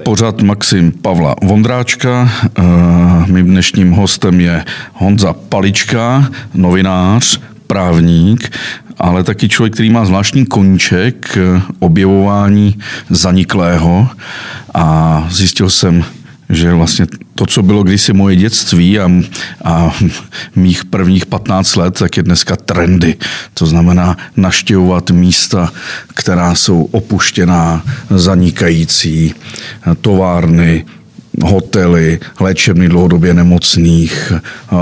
pořad Maxim Pavla Vondráčka. Mým dnešním hostem je Honza Palička, novinář, právník, ale taky člověk, který má zvláštní koníček objevování zaniklého. A zjistil jsem, že vlastně to, co bylo kdysi moje dětství a mých prvních 15 let, tak je dneska trendy. To znamená navštěvovat místa, která jsou opuštěná, zanikající, továrny, hotely, léčebny dlouhodobě nemocných,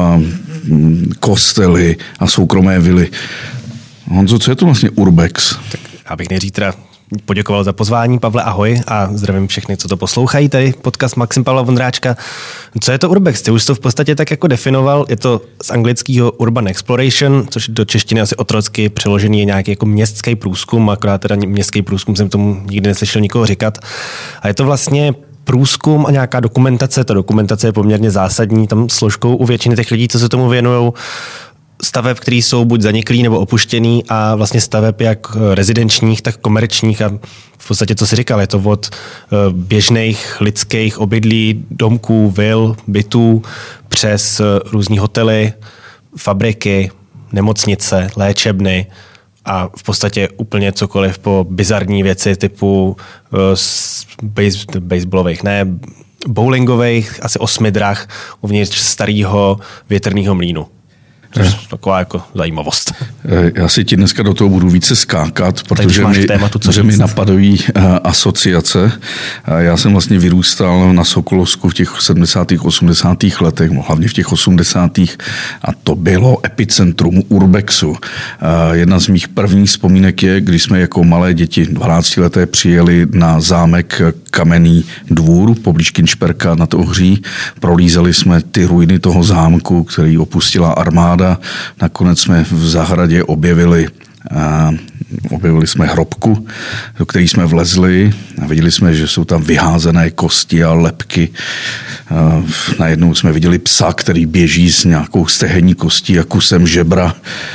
kostely a soukromé vily. Honzo, co je to vlastně Urbex? Tak já bych nejdřív teda poděkoval za pozvání, Pavle, ahoj a zdravím všechny, co to poslouchají, tady podcast Maxim Pavla Vondráčka. Co je to Urbex? Ty už to v podstatě tak jako definoval, je to z anglického Urban Exploration, což do češtiny asi otrocky přeložený je nějaký jako městský průzkum, akorát teda městský průzkum jsem tomu nikdy neslyšel nikoho říkat. A je to vlastně průzkum a nějaká dokumentace, ta dokumentace je poměrně zásadní, tam složkou u většiny těch lidí, co se tomu věnujou, staveb, který jsou buď zaniklý nebo opuštěný a vlastně staveb jak rezidenčních, tak komerčních a v podstatě, co jsi říkal, je to od běžných lidských obydlí, domků, vil, bytů, přes různý hotely, fabriky, nemocnice, léčebny a v podstatě úplně cokoliv po bizarní věci typu baseballových, ne, bowlingových, asi 8 drah uvnitř starého větrného mlýnu. Taková jako zajímavost. Já si ti dneska do toho budu více skákat, protože mi napadají asociace. Já jsem vlastně vyrůstal na Sokolovsku v těch 70. 80. letech, hlavně v těch 80. a to bylo epicentrum Urbexu. Jedna z mých prvních vzpomínek je, když jsme jako malé děti 12leté přijeli na zámek Kamenný dvůr poblíž Kinšperka nad Ohří. Prolízeli jsme ty ruiny toho zámku, který opustila armáda. Nakonec jsme v zahradě objevili jsme hrobku, do které jsme vlezli a viděli jsme, že jsou tam vyházené kosti a lebky. Najednou jsme viděli psa, který běží s nějakou stehenní kostí a kusem žebra.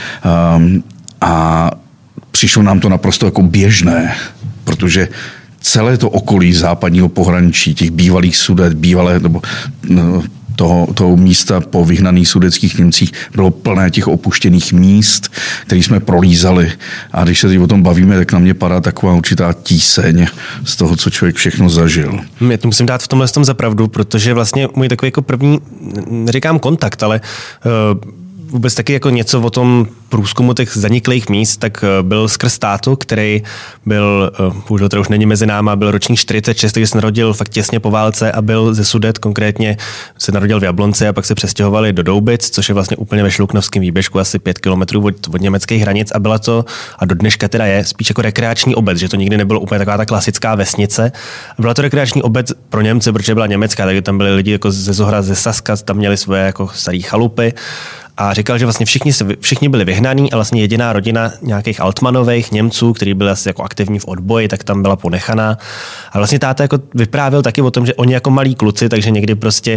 A přišlo nám to naprosto jako běžné, protože celé to okolí západního pohraničí, těch bývalých Sudet, toho místa po vyhnaných sudetských Němcích bylo plné těch opuštěných míst, které jsme prolízali. A když se teď o tom bavíme, tak na mě padá taková určitá tíseň z toho, co člověk všechno zažil. Já to musím dát v tomhle tom za pravdu, protože vlastně můj takový jako první, neříkám kontakt, ale vůbec taky jako něco o tom průzkumu těch zaniklých míst, tak byl skrz tátu, který byl, bohužel teda už není mezi náma, byl ročník 46, takže se narodil fakt těsně po válce a byl ze Sudet, konkrétně se narodil v Jablonci a pak se přestěhovali do Doubic, což je vlastně úplně ve Šluknovském výběžku, asi 5 kilometrů od německých hranic a byla to, a do dneška teda je, spíš jako rekreační obec, že to nikdy nebylo úplně taková ta klasická vesnice. A byla to rekreační obec pro Němce, protože byla německá, takže tam byli lidi jako ze Zohra, ze Saska, tam měli svoje jako staré chalupy. A říkal, že vlastně všichni byli vyhnaní a vlastně jediná rodina nějakých Altmanových Němců, kteří byli asi jako aktivní v odboji, tak tam byla ponechaná. A vlastně táta jako vyprávěl taky o tom, že oni jako malí kluci, takže někdy prostě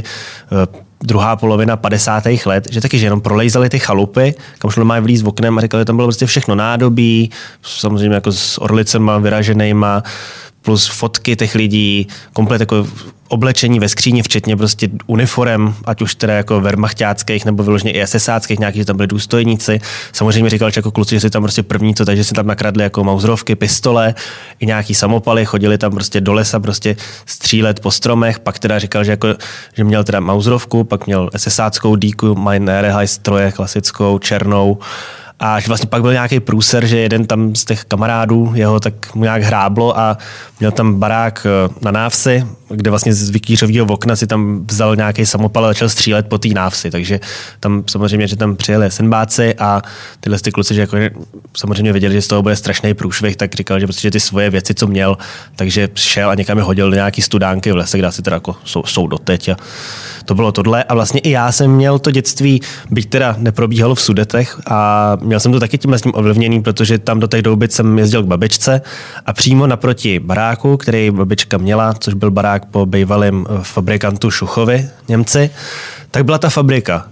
druhá polovina 50. let, že taky, že jenom prolejzali ty chalupy, kam šlo normálně vlíz v oknem a říkali, že tam bylo prostě všechno nádobí, samozřejmě jako s orlicema vyraženejma, plus fotky těch lidí, komplet jako oblečení ve skříni, včetně prostě uniform, ať už teda jako wehrmachtáckých nebo vyloženě i SSáckých, nějaký, že tam byli důstojníci. Samozřejmě říkal, že jako kluci, že si tam prostě první to, takže si tam nakradli jako mauserovky, pistole, i nějaký samopaly, chodili tam prostě do lesa prostě střílet po stromech, pak teda říkal, že měl teda mauserovku, pak měl SSáckou dýku, Meine Ehre stroje klasickou, černou. A že vlastně pak byl nějaký průser, že jeden tam z těch kamarádů jeho tak mu nějak hráblo a měl tam barák na návsi, kde vlastně z vikýřového okna si tam vzal nějaký samopal a začal střílet po té návsi. Takže tam samozřejmě, že tam přijeli senbáci a tyhle ty kluci, že jako samozřejmě věděli, že z toho bude strašný průšvih, tak říkal, že prostě ty svoje věci, co měl, takže šel a někam je hodil do nějaký studánky v lese, kde asi teda jako jsou doteď. A to bylo tohle. A vlastně i já jsem měl to dětství, byť teda neprobíhalo v Sudetech a měl jsem to taky tímhle s tím ovlivněný, protože tam do těch Doubic jsem jezdil k babičce a přímo naproti baráku, který babička měla, což byl barák po bývalém fabrikantu Šuchovi, Němci, tak byla ta fabrika.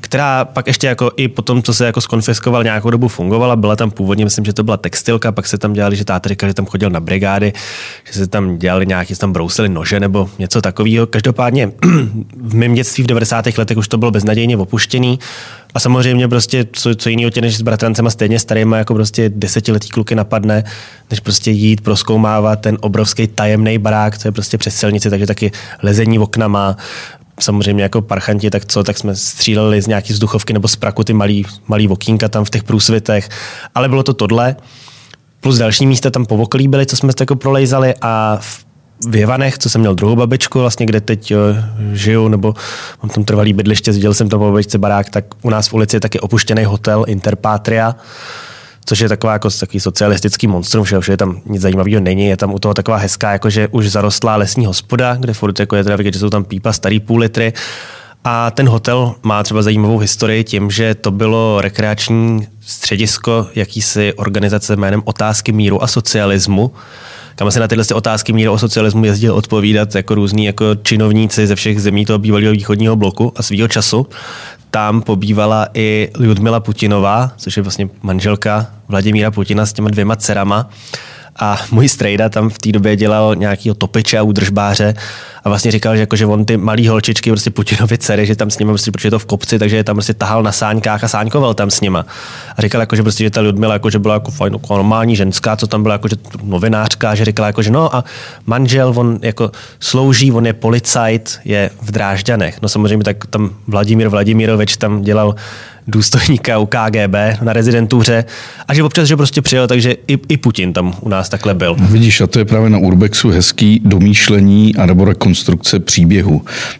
která pak ještě jako i po tom, co se jako skonfiskoval, nějakou dobu fungovala. Byla tam původně, myslím, že to byla textilka, pak se tam dělali, že táta říkal, že tam chodil na brigády, že se tam dělali nějaký, tam brousili nože nebo něco takového. Každopádně v mém dětství v 90. letech už to bylo beznadějně opuštěný. A samozřejmě prostě co jiného tě než s bratrancema stejně starýma, jako prostě 10letý kluky napadne, než prostě jít prozkoumávat ten obrovský tajemný barák, co je prostě přes silnici, takže taky lezení oknama. Samozřejmě jako parchanti, tak jsme stříleli z nějaký vzduchovky nebo z praku ty malý okýnka tam v těch průsvitech. Ale bylo to tohle. Plus další místa tam po okolí byly, co jsme jako prolejzali a v Jevanech, co jsem měl druhou babičku, vlastně, kde teď žiju, nebo mám tam trvalý bydliště, viděl jsem tam po babičce barák, tak u nás v ulici je taky opuštěný hotel Interpatria, což je takový socialistický monstrum, že tam nic zajímavého není, je tam u toho taková hezká, jakože už zarostlá lesní hospoda, kde furt jako je teda vidět, že jsou tam pípa starý půl litry. A ten hotel má třeba zajímavou historii tím, že to bylo rekreační středisko jakýsi organizace jménem Otázky míru a socialismu, kam se na tyhle otázky míru a socialismu jezdil odpovídat jako různí jako činovníci ze všech zemí toho bývalého východního bloku a svýho času. Tam pobývala i Ljudmila Putinová, což je vlastně manželka Vladimíra Putina s těma 2 dcerama. A můj strejda tam v té době dělal nějakýho topiče a údržbáře a vlastně říkal, že on ty malý holčičky, prostě Putinovy dcery, že tam s nimi, prostě, protože je to v kopci, takže je tam prostě tahal na sáňkách a sáňkoval tam s nima. A říkal, že ta Ljudmila že byla jako fajn, jako normální ženská, co tam byla jako, že novinářka, že říkala, že no a manžel, on jako slouží, on je policajt, je v Drážďanech. No samozřejmě tak tam Vladimír Vladimirovič tam dělal důstojníka u KGB na rezidentuře a že občas, že prostě přijel, takže i Putin tam u nás takhle byl. Vidíš, a to je právě na Urbexu hezký domýšlení a nebo rekonstrukce příběhu.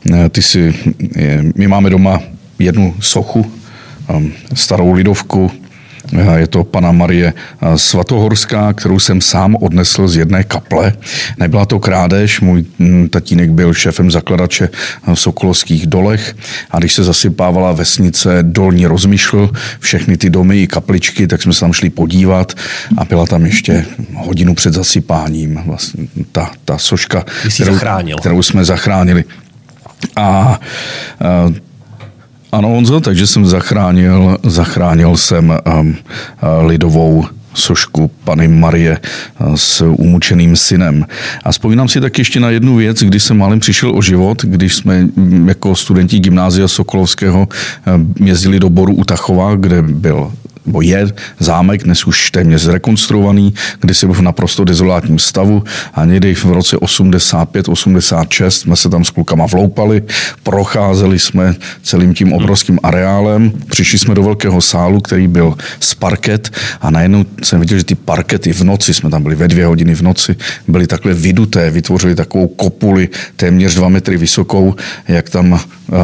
My máme doma jednu sochu, starou lidovku, je to Panna Marie Svatohorská, kterou jsem sám odnesl z jedné kaple. Nebyla to krádež, můj tatínek byl šéfem zakladače v Sokolovských dolech a když se zasypávala vesnice Dolní Rozmyšl, všechny ty domy i kapličky, tak jsme se tam šli podívat a byla tam ještě hodinu před zasypáním vlastně ta soška, kterou jsme zachránili. Ano, Honzo, takže jsem zachránil jsem lidovou sošku Panny Marie s umučeným synem. A vzpomínám si tak ještě na jednu věc, kdy jsem málem přišel o život, když jsme jako studenti gymnázia Sokolovského jezdili do Boru u Tachova, kde byl je zámek, dnes už téměř zrekonstruovaný, kdy se byl v naprosto dezolátním stavu a někdy v roce 85-86 jsme se tam s klukama vloupali, procházeli jsme celým tím obrovským areálem, přišli jsme do velkého sálu, který byl z parket a najednou jsem viděl, že ty parkety v noci, jsme tam byli ve 2 hodiny v noci, byly takhle vyduté, vytvořili takovou kopuli téměř 2 metry vysokou, jak tam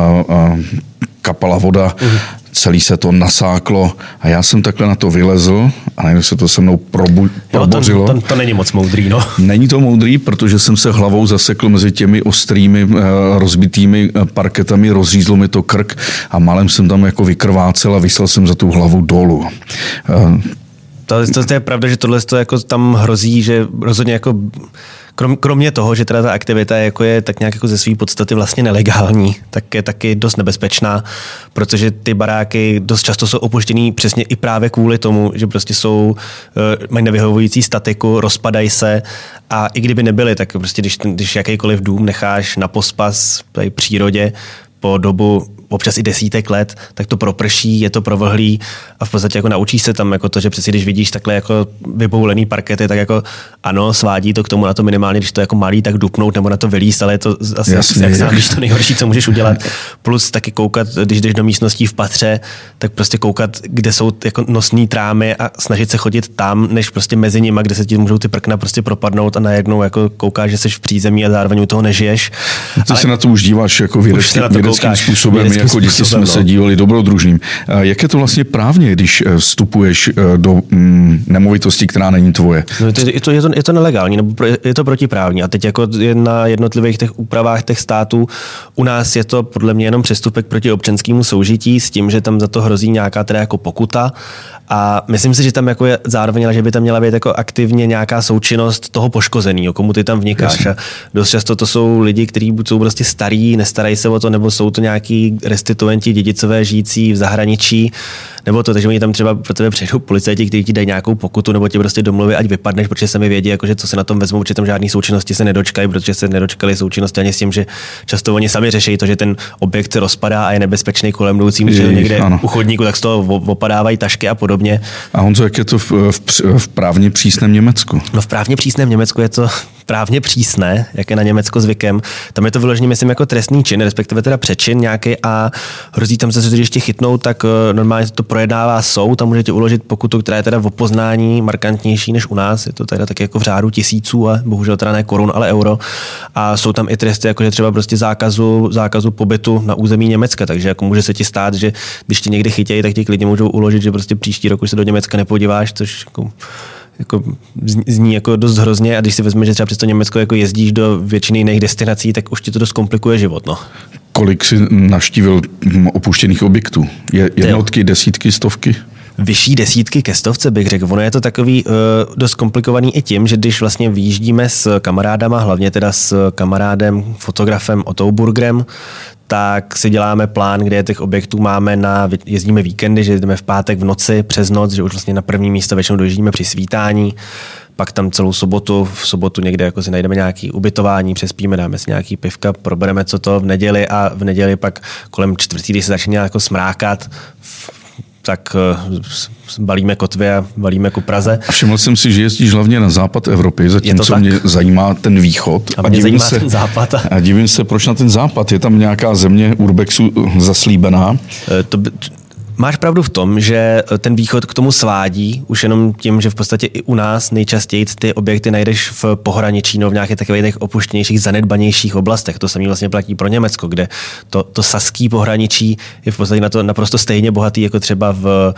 kapala voda, celý se to nasáklo a já jsem takhle na to vylezl a najednou se to se mnou probořilo. To není moc moudrý, no. Není to moudrý, protože jsem se hlavou zasekl mezi těmi ostrými rozbitými parketami, rozřízlo mi to krk a málem jsem tam jako vykrvácel a vyslal jsem za tu hlavu dolů. To je pravda, že tohle jako tam hrozí, že rozhodně jako kromě toho, že teda ta aktivita jako je tak nějak jako ze své podstaty vlastně nelegální, tak je taky dost nebezpečná, protože ty baráky dost často jsou opuštěný přesně i právě kvůli tomu, že prostě mají nevyhovující statiku, rozpadají se a i kdyby nebyly, tak prostě když jakýkoliv dům necháš na pospas v přírodě po dobu občas i desítek let, tak to proprší, je to provlhlý a v podstatě jako naučíš se tam jako to, že přesně když vidíš takhle jako vyboulený parkety, tak jako ano, svádí to k tomu na to minimálně, když to jako malý, tak dupnout nebo na to vylíst, ale je to asi jak víš, to nejhorší, co můžeš udělat. Plus taky koukat, když jdeš do místností v patře, tak prostě koukat, kde jsou jako nosní trámy a snažit se chodit tam, než prostě mezi nimi, kde se ti můžou ty prkna prostě propadnout a najednou jako koukáš, že jsi v přízemí a zároveň u toho nežiješ. Ty se na to už díváš jako vědeckým způsobem. Jako děti jsme se dívali dobrodružným. Jak je to vlastně právně, když vstupuješ nemovitosti, která není tvoje. No je to nelegální, nebo je to protiprávní. A teď jako na jednotlivých těch úpravách těch států u nás je to podle mě jenom přestupek proti občanskému soužití s tím, že tam za to hrozí nějaká teda jako pokuta. A myslím si, že tam jako je zároveň, že by tam měla být jako aktivně nějaká součinnost toho poškozeného, komu ty tam vnikáš. A dost často to jsou lidi, kteří buď jsou prostě starí, nestarají se o to, nebo jsou to nějaký restituenti, dědicové žijící v zahraničí, nebo to, takže oni tam třeba pro tebe přijdou policajti, kteří ti dají nějakou pokutu, nebo ti prostě domluví, ať vypadneš, protože sami vědí, jakože co se na tom vezmou, protože tam žádný součinnosti se nedočkají, protože se nedočkali součinnosti ani s tím, že často oni sami řeší to, že ten objekt se rozpadá a je nebezpečný kolem jdoucím, že někde u chodníku, tak z toho opadávají tašky a podobně. A Honzo, jak je to v právně přísném Německu? No v právně přísném Německu je to právně přísné, jak je na Německo zvykem. Tam je to vyloženě, myslím, jako trestný čin, respektive teda přečin nějaký a hrozí tam se, že ještě chytnou, tak normálně to projednává soud, tam můžete uložit pokutu, která je teda v opoznání markantnější než u nás. Je to teda taky jako v řádu tisíců a bohužel teda ne korun, ale euro. A jsou tam i tresty, jakože třeba prostě zákazu pobytu na území Německa, takže jako může se ti stát, že když ti někdy chytějí, tak ti klidně můžou uložit, že prostě příští rok už se do Německa nepodíváš, což jako zní jako dost hrozně a když si vezmeš, že třeba přes to Německo jako jezdíš do většiny jiných destinací, tak už ti to dost komplikuje život. No. Kolik jsi navštívil opuštěných objektů? Jednotky, desítky, stovky? Vyšší desítky ke stovce bych řekl. Ono je to takový dost komplikovaný i tím, že když vlastně vyjíždíme s kamarádama, hlavně teda s kamarádem, fotografem Ottou Burgerem, tak si děláme plán, kde těch objektů máme jezdíme víkendy, že jdeme v pátek v noci, přes noc, že už vlastně na první místo většinou dojíždíme při svítání, pak tam celou sobotu, v sobotu někde jako si najdeme nějaké ubytování, přespíme, dáme si nějaký pivka, probereme co to v neděli a v neděli pak kolem čtvrtý, když se začne jako smrákat, tak balíme kotvy a balíme ku Praze. A všiml jsem si, že jezdíš hlavně na západ Evropy, zatímco mě zajímá ten východ. A mě zajímá ten západ. A divím se, proč na ten západ. Je tam nějaká země urbexu zaslíbená? Máš pravdu v tom, že ten východ k tomu svádí, už jenom tím, že v podstatě i u nás nejčastěji ty objekty najdeš v pohraničí, no v nějakých takových těch opuštěnějších, zanedbanějších oblastech. To samé vlastně platí pro Německo, kde to saský pohraničí je v podstatě na to naprosto stejně bohatý, jako třeba v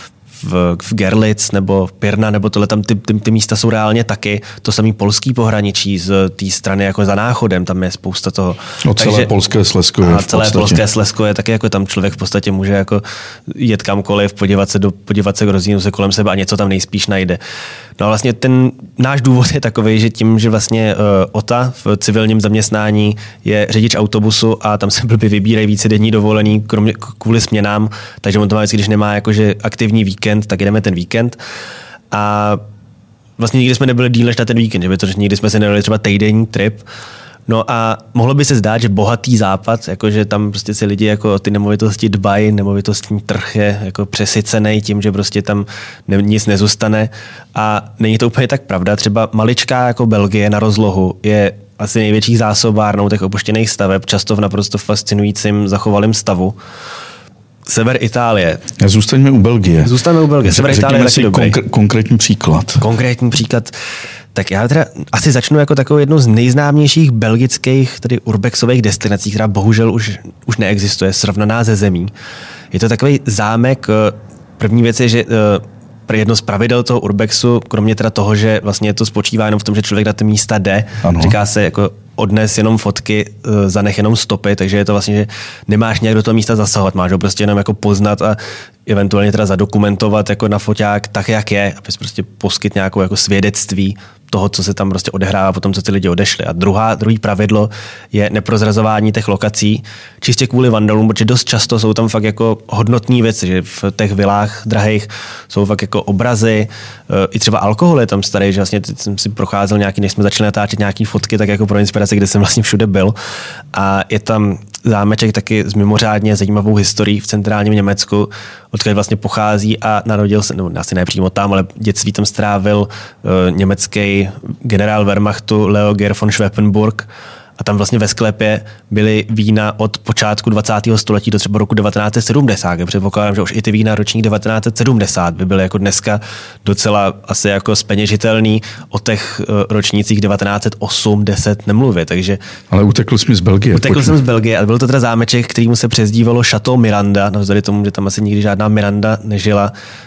Görlitz nebo Pirna, nebo tohle tam ty místa jsou reálně taky. To samý polský pohraničí z té strany jako za Náchodem, tam je spousta toho. Celé polské Slezsko je v podstatě. Celé polské Slezsko je taky jako tam člověk v podstatě může jako jet kamkoliv, podívat se k rozdílu se kolem sebe a něco tam nejspíš najde. No a vlastně ten náš důvod je takový, že tím, že vlastně Ota v civilním zaměstnání je řidič autobusu a tam se blbě vybírají vícedenní dovolený kvůli směnám, takže on to má vždycky, když nemá jakože aktivní víkend, tak jdeme ten víkend. A vlastně nikdy jsme nebyli díl než na ten víkend, že by to, že nikdy jsme se nedali třeba týdenní trip. No a mohlo by se zdát, že bohatý západ, jakože tam prostě si lidi jako ty nemovitosti dbají, nemovitostní trh je jako přesycený tím, že prostě tam nic nezůstane a není to úplně tak pravda. Třeba maličká jako Belgie na rozlohu je asi největší zásobárnou těch opuštěných staveb, často v naprosto fascinujícím zachovalém stavu. Sever Itálie. Zůstaňme u Belgie. Sever Itálie je taky dobrý. Konkrétní příklad. Konkrétní příklad. Tak já teda asi začnu jako takovou jednu z nejznámějších belgických, tedy urbexových destinací, která bohužel už neexistuje, srovnaná ze zemí. Je to takový zámek. První věc je, že jedno z pravidel toho urbexu, kromě teda toho, že vlastně to spočívá jenom v tom, že člověk na ty místa jde, ano. Říká se jako odnes jenom fotky, zanech jenom stopy, takže je to vlastně, že nemáš nějak do toho místa zasahovat, máš ho prostě jenom jako poznat a eventuálně teda zadokumentovat jako na foťák tak, jak je, abys prostě poskyt nějakou jako svědectví toho, co se tam prostě odehrává potom, co ty lidi odešli. A druhý pravidlo je neprozrazování těch lokací, čistě kvůli vandalům, protože dost často jsou tam fakt jako hodnotní věci, že v těch vilách drahých jsou fakt jako obrazy, i třeba alkohol je tam starý, že vlastně jsem si procházel nějaký, než jsme začali natáčet nějaký fotky, tak jako pro inspiraci, kde jsem vlastně všude byl. A je tam zámeček taky s mimořádně zajímavou historií v centrálním Německu, odkud vlastně pochází a narodil se, no asi ne přímo tam, ale dětství tam strávil německý generál Wehrmachtu Leo Gehr von Schweppenburg. A tam vlastně ve sklepě byly vína od počátku 20. století do třeba roku 1970. Předpokládám, že už i ty vína ročník 1970 by byly jako dneska docela asi jako zpeněžitelný, o těch ročnících 1908, 10 nemluvě. Takže ale utekl jsi z Belgie. Utekl jsem z Belgie a byl to teda zámeček, kterýmu se přezdívalo Chateau Miranda, navzdory tomu, že tam asi nikdy žádná Miranda nežila.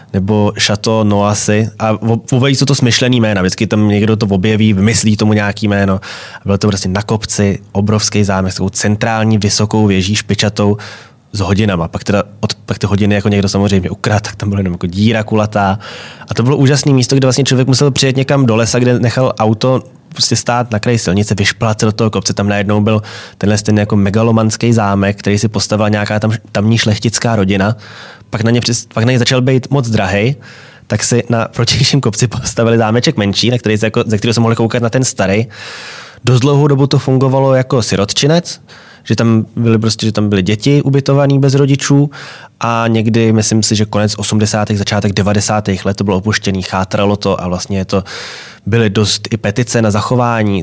nebo Chateau Noisy a vůbec jsou to smyšlený jména, vždycky tam někdo to objeví, vymyslí tomu nějaký jméno. A bylo to prostě na kopci, obrovský zámek s takovou centrální vysokou věží špičatou s hodinama. Pak ty hodiny jako někdo samozřejmě ukradl, tak tam byla jenom jako díra kulatá. A to bylo úžasné místo, kde vlastně člověk musel přijet někam do lesa, kde nechal auto prostě stát na kraji silnice, vyšplat se do toho kopce. Tam najednou byl ten jako megalomanský zámek, který si postavila nějaká tamní šlechtická rodina. Pak na ně začal být moc drahej, tak si na protějším kopci postavili zámeček menší, ze kterého se mohli koukat na ten starý. Dost dlouhou dobu to fungovalo jako sirotčinec, že tam byly děti ubytované bez rodičů a někdy, myslím si, že konec 80. začátek 90. let to bylo opuštěný, chátralo to a vlastně byly dost i petice na zachování,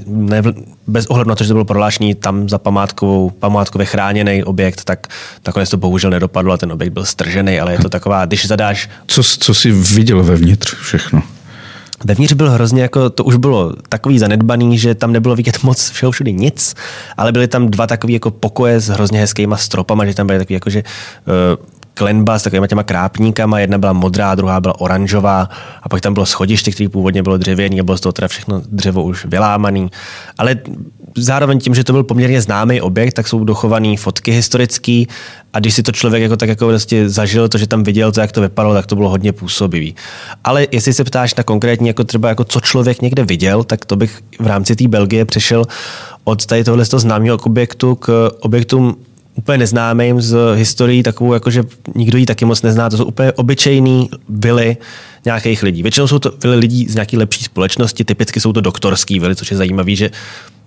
bez ohledu na to, že to bylo prohlášení tam za památkově chráněný objekt, tak nakonec to bohužel nedopadlo a ten objekt byl stržený, ale je to taková, když zadáš... Co jsi viděl vevnitř všechno? Vevnitř byl hrozně to už bylo takový zanedbaný, že tam nebylo vidět moc všeho všude nic, ale byly tam dva takový jako pokoje s hrozně hezkýma stropama, že tam byly takový jakože klenba s takovýma těma krápníkama, jedna byla modrá, druhá byla oranžová a pak tam bylo schodiště, které původně bylo dřevěný a bylo z toho teda všechno dřevo už vylámaný. Ale zároveň tím, že to byl poměrně známý objekt, tak jsou dochované fotky historický a když si to člověk prostě zažil to, že tam viděl to, jak to vypadalo, tak to bylo hodně působivý. Ale jestli se ptáš na konkrétně co člověk někde viděl, tak to bych v rámci té Belgie přešel od tady tohle známého objektu k objektům úplně neznámým z historií, takovou, jakože nikdo ji taky moc nezná. To jsou úplně obyčejný vily nějakých lidí. Většinou jsou to vily lidí z nějaké lepší společnosti, typicky jsou to doktorský vily, což je zajímavý, že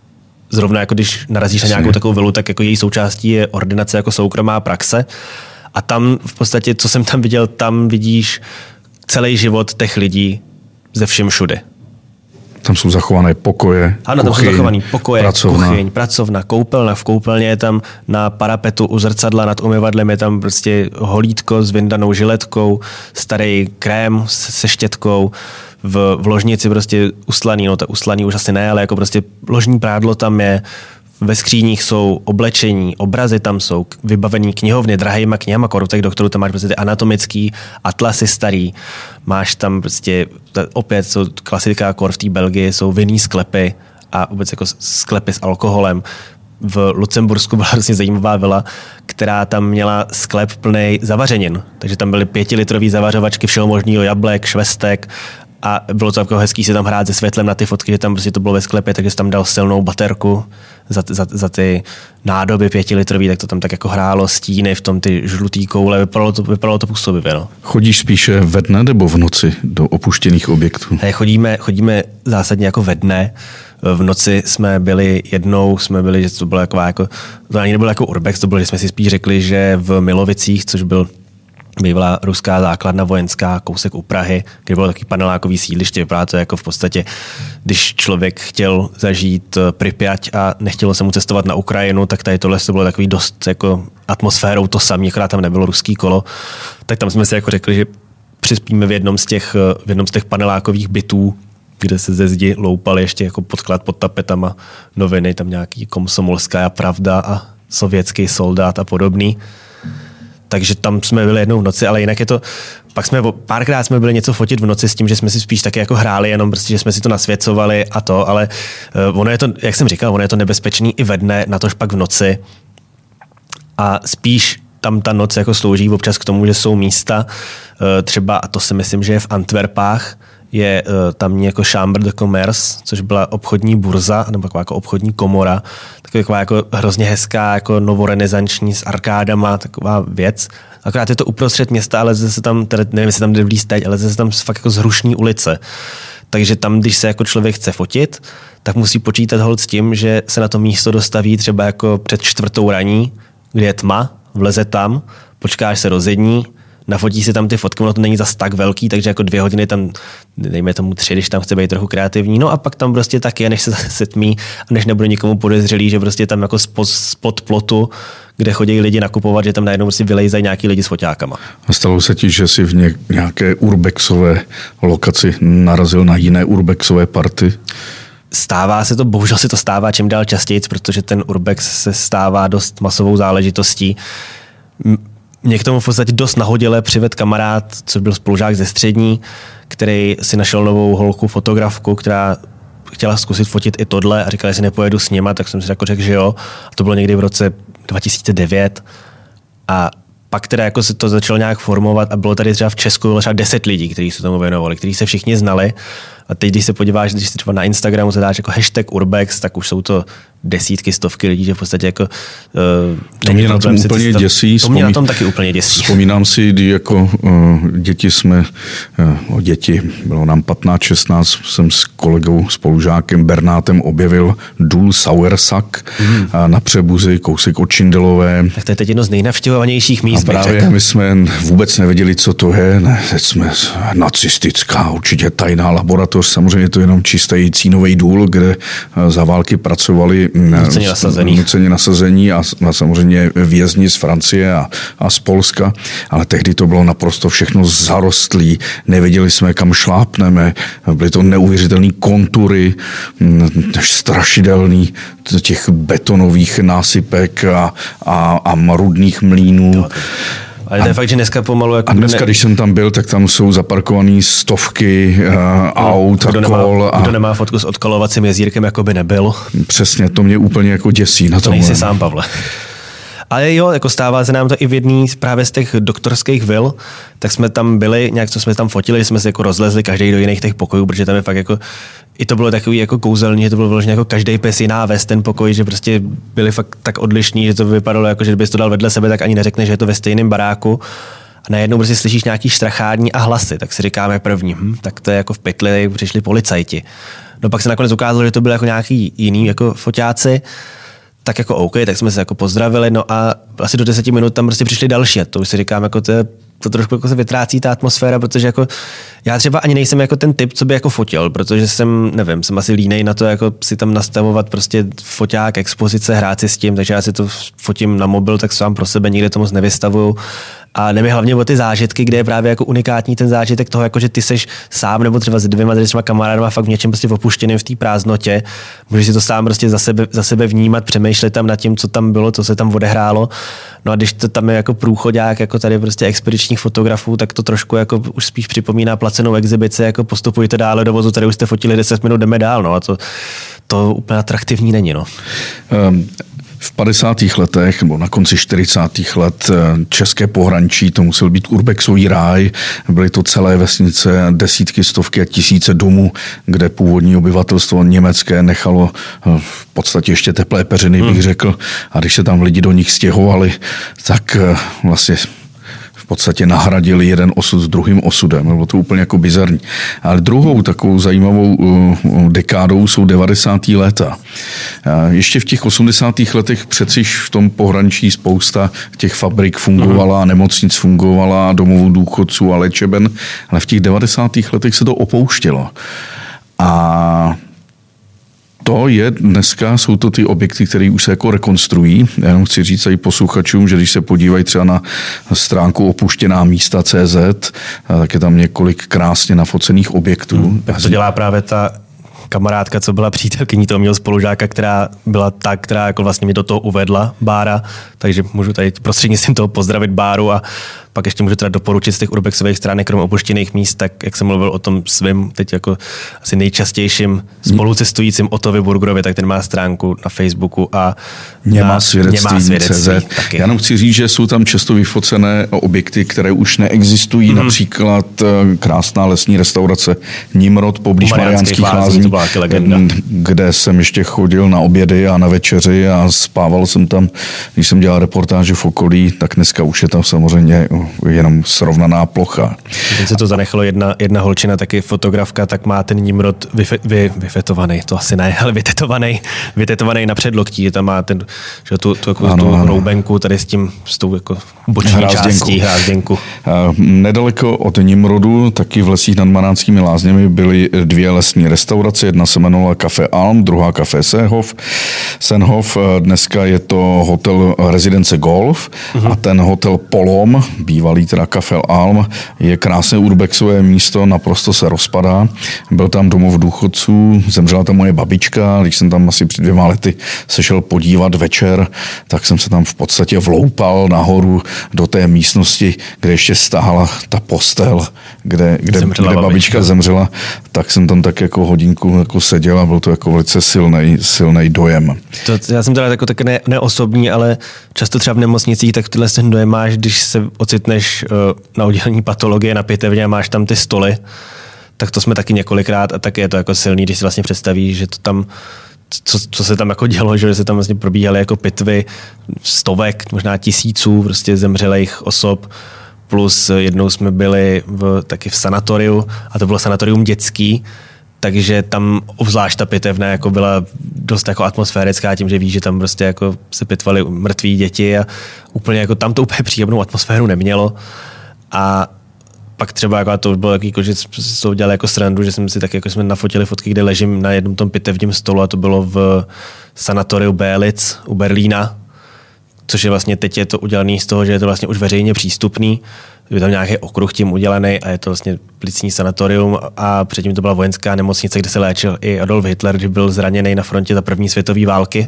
zrovna jako když narazíš na nějakou takovou vilu, tak jako její součástí je ordinace jako soukromá praxe. A tam v podstatě, co jsem tam viděl, tam vidíš celý život těch lidí ze všem všude. Tam jsou zachované pokoje, ano, tam jsou zachované pokoje, kuchyň, pracovna, koupelna. V koupelně je tam na parapetu u zrcadla nad umyvadlem je tam prostě holítko s vyndanou žiletkou, starý krém se štětkou, v ložnici prostě ustlaný, ustlaný už asi ne, ale jako prostě ložní prádlo tam je, ve skříních jsou oblečení, obrazy tam jsou, vybavený knihovny, drahýma knihama, těch doktorů, tam máš prostě ty anatomický atlasy starý, máš tam prostě, opět jsou klasická v té Belgii, jsou vinný sklepy a vůbec jako sklepy s alkoholem. V Lucembursku byla vlastně zajímavá vila, která tam měla sklep plný zavařenin, takže tam byly 5-litrový zavařovačky všeho možného, jablek, švestek, a bylo to jako hezký si tam hrát se světlem na ty fotky, že tam prostě to bylo ve sklepě, takže jsi tam dal silnou baterku za ty nádoby 5-litrový, tak to tam tak jako hrálo stíny v tom ty žlutý koule, vypadalo to působivě. No. Chodíš spíše ve dne nebo v noci do opuštěných objektů? Chodíme zásadně jako ve dne. V noci jsme byli, že to bylo to ani nebylo jako urbex, to bylo, že jsme si spíš řekli, že v Milovicích, což bývala ruská základna vojenská, kousek u Prahy, kde bylo takový panelákový sídliště. Vypadá to jako v podstatě, když člověk chtěl zažít Pripyať a nechtělo se mu cestovat na Ukrajinu, tak tady tohle to bylo takový dost jako atmosférou to samé, akorát tam nebylo ruský kolo. Tak tam jsme si jako řekli, že přispíme v jednom z těch panelákových bytů, kde se ze zdi loupali ještě jako podklad pod tapetama noviny, tam nějaký Komsomolská pravda a sovětský soldát a podobný. Takže tam jsme byli jednou v noci, ale jinak je to, párkrát jsme byli něco fotit v noci s tím, že jsme si spíš taky jako hráli, jenom prostě, že jsme si to nasvěcovali a to, ale ono je to, jak jsem říkal, ono je to nebezpečný i ve dne, natož pak v noci. A spíš tam ta noc jako slouží občas k tomu, že jsou místa, třeba, a to si myslím, že je v Antwerpách, je tamní jako Chambre de Commerce, což byla obchodní burza, nebo taková jako obchodní komora, taková jako hrozně hezká, jako novorenesanční s arkádama, taková věc. Akorát je to uprostřed města, ale zase tam, nevím, jestli tam jde vlíz teď, ale zase tam fakt jako zrušní ulice. Takže tam, když se jako člověk chce fotit, tak musí počítat holt s tím, že se na to místo dostaví třeba jako před 4:00 raní, kde je tma, vleze tam, počkáš se rozední, nafotí si tam ty fotky, ono to není zas tak velký, takže jako 2 hodiny tam, dejme tomu 3, když tam chce být trochu kreativní, no a pak tam prostě tak je, než se setmí a než nebude nikomu podezřelý, že prostě tam jako spod plotu, kde chodí lidi nakupovat, že tam najednou prostě vylejzají nějaký lidi s foťákama. A stalo se ti, že jsi v nějaké urbexové lokaci narazil na jiné urbexové party? Stává se to, bohužel se to stává čím dál častěji, protože ten urbex se stává dost masovou záležitostí. mě k tomu v podstatě dost nahodile přivedl kamarád, co byl spolužák ze střední, který si našel novou holku, fotografku, která chtěla zkusit fotit i tohle a říkala, že si nepojedu s nima, tak jsem si jako řekl, že jo. A to bylo někdy v roce 2009 a pak teda jako se to začalo nějak formovat a bylo tady třeba v Česku třeba 10 lidí, kteří se tomu věnovali, kteří se všichni znali. A teď, když se podíváš, když si třeba na Instagramu zadáš jako hashtag Urbex, tak už jsou to desítky, stovky lidí, že v podstatě jako... To mě na tom úplně děsí. To mě na tom taky úplně děsí. Vzpomínám si, kdy jako děti jsme, děti, bylo nám 15, 16, jsem s kolegou, spolužákem Bernátem objevil důl Sauersack na Přebuzi, kousek od Čindelové. Tak to je teď jedno z nejnavštěvovanějších míst. A právě my jsme vůbec nevěděli, co to je. Ne, teď jsme nacistická, určitě tajná laboratoř, samozřejmě to je jenom čistý cínový důl, kde za války pracovali nuceně nasazení a samozřejmě vězni z Francie a z Polska, ale tehdy to bylo naprosto všechno zarostlý, nevěděli jsme, kam šlápneme, byly to neuvěřitelné kontury, strašidelný těch betonových násypek a rudných mlýnů. Ale to je fakt, že dneska pomalu... Jako a dneska, když jsem tam byl, tak tam jsou zaparkovaný stovky aut a kol. Kdo nemá fotku s odkalovacím jezírkem, jako by nebyl. Přesně, to mě úplně jako děsí. Na to nejsi sám, Pavle. Ale jo, jako stává se nám to i v jedný právě z těch doktorských vil, tak jsme tam byli, nějak co jsme tam fotili, jsme se jako rozlezli každý do jiných těch pokojů, protože tam je fakt jako, i to bylo takový jako kouzelný, že to bylo vlastně jako každý pes jiná ves ten pokoj, že prostě byli fakt tak odlišní, že to vypadalo jako, že kdybys to dal vedle sebe, tak ani neřekneš, že je to ve stejném baráku. A najednou prostě slyšíš nějaký štrachání a hlasy, tak si říkáme první, tak to je jako v pytli, přišli policajti. No pak se nakonec ukázalo, že to byly jako nějaký jiný jako foťáci. Tak jako OK, tak jsme se jako pozdravili, no a asi do 10 minut tam prostě přišli další a to už si říkám, jako to trošku jako se vytrácí ta atmosféra, protože jako já třeba ani nejsem jako ten typ, co by jako fotil, protože jsem asi línej na to jako si tam nastavovat prostě foťák, expozice, hrát si s tím, takže já si to fotím na mobil, tak sám pro sebe nikde to moc nevystavuju. A jde mi hlavně o ty zážitky, kde je právě jako unikátní ten zážitek toho, jako že ty seš sám nebo třeba s dvěma kamarádama fakt v něčem prostě opuštěným v té prázdnotě. Můžeš si to sám prostě za sebe vnímat, přemýšlet tam nad tím, co tam bylo, co se tam odehrálo. No a když to tam je jako průchodák, jako tady prostě expedičních fotografů, tak to trošku jako už spíš připomíná placenou exibici, jako postupujte dále do vozu, tady už jste fotili 10 minut, jdeme dál, no a to úplně atraktivní není, no. V 50. letech nebo na konci 40. let české pohraničí, to musel být urbexový ráj, byly to celé vesnice, desítky, stovky a tisíce domů, kde původní obyvatelstvo německé nechalo v podstatě ještě teplé peřiny, bych řekl. A když se tam lidi do nich stěhovali, tak vlastně v podstatě nahradili jeden osud s druhým osudem. Bylo to úplně jako bizarní. Ale druhou takovou zajímavou dekádou jsou 90. léta. Ještě v těch 80. letech přeci v tom pohraničí spousta těch fabrik fungovala, nemocnic fungovala, domovů důchodců a léčeben, ale v těch 90. letech se to opouštělo. A to je dneska, jsou to ty objekty, které už se jako rekonstruují. Já jenom chci říct i posluchačům, že když se podívají třeba na stránku opuštěná místa.cz, tak je tam několik krásně nafocených objektů. Tak to dělá právě ta kamarádka, co byla přítelkyní toho mého spolužáka, která byla ta, která jako vlastně mě do toho uvedla, Bára, takže můžu tady prostřednictvím toho pozdravit Báru a pak ještě můžu teda doporučit z těch urbexových stránek, krom opuštěných míst, tak jak jsem mluvil o tom svým teď jako asi nejčastějším spolucestujícím Otovi Burgerovi, tak ten má stránku na Facebooku a Nemá svědectví. Já jenom chci říct, že jsou tam často vyfocené objekty, které už neexistují, například krásná lesní restaurace Nimrod poblíž Mariánských lázní, kde jsem ještě chodil na obědy a na večeři a spával jsem tam, když jsem dělal reportáže v okolí, tak dneska už je tam samozřejmě jenom srovnaná plocha. Teď se to zanechalo jedna holčina, taky fotografka, tak má ten Nimrod vyfetovaný, to asi ne, ale vytetovaný na předloktí, že tam má tu hroubenku tady s tou jako boční částí hrázděnku. Nedaleko od Nimrodu, taky v lesích nad Maránskými lázněmi byly dvě lesní restaurace, Jedna se jmenovala Café Alm, druhá Café Senhof. Dneska je to hotel Rezidence Golf a ten hotel Polom, bývalý teda Café Alm, je krásné urbexové místo, naprosto se rozpadá. Byl tam domov důchodců, zemřela tam moje babička, když jsem tam asi před 2 lety se šel podívat večer, tak jsem se tam v podstatě vloupal nahoru do té místnosti, kde ještě stála ta postel, kde babička zemřela, tak jsem tam tak jako hodinku jako seděl a byl to jako velice silný dojem. Já jsem teda jako taky neosobní, ale často třeba v nemocnicích tak tyhle ten dojem máš, když se ocitneš na oddělení patologie na pitevně a máš tam ty stoly, tak to jsme taky několikrát a taky je to jako silný, když si vlastně představíš, že to tam co se tam jako dělo, že se tam vlastně probíhaly jako pitvy stovek, možná tisíců prostě zemřelých osob, plus jednou jsme byli taky v sanatoriu a to bylo sanatorium dětský, takže tam obzvlášť ta pitevna jako byla dost jako atmosférická tím, že víš, že tam prostě jako se pitvali mrtví děti a úplně jako tam to úplně příjemnou atmosféru nemělo. A pak třeba jako to bylo jako, že jsme to udělali jako srandu, že jsme si tak jako jsme nafotili fotky, kde ležím na jednom tom pitevním stolu a to bylo v sanatoriu Bälitz u Berlína, což je vlastně teď je to udělané z toho, že je to vlastně už veřejně přístupný. Je tam nějaký okruh tím udělaný a je to vlastně plicní sanatorium a předtím to byla vojenská nemocnice, kde se léčil i Adolf Hitler, když byl zraněný na frontě za první světové války.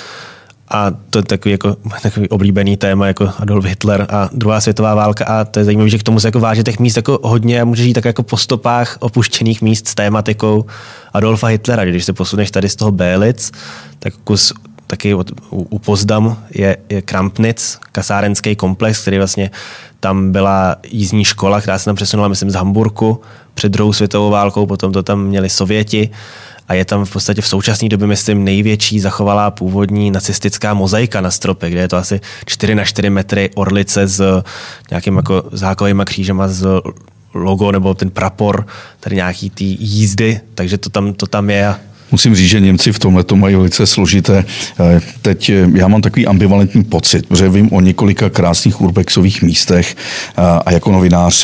A to je takový oblíbený téma jako Adolf Hitler a druhá světová válka a to je zajímavé, že k tomu se jako váže těch míst jako hodně a můžeš jít tak jako po stopách opuštěných míst s tématikou Adolfa Hitlera. Když se posuneš tady z toho Bälitz, tak kus taky u Potsdam je Krampnitz, kasárenský komplex, který vlastně tam byla jízdní škola, která se tam přesunula, myslím, z Hamburku před druhou světovou válkou, potom to tam měli Sověti a je tam v podstatě v současné době, myslím, největší zachovalá původní nacistická mozaika na stropě, kde je to asi 4x4 metry orlice s nějakým jako zákovýma křížema z logo nebo ten prapor, tady nějaký ty jízdy, takže to tam je. Musím říct, že Němci v tomhle to mají velice složité. Teď já mám takový ambivalentní pocit, protože vím o několika krásných urbexových místech a jako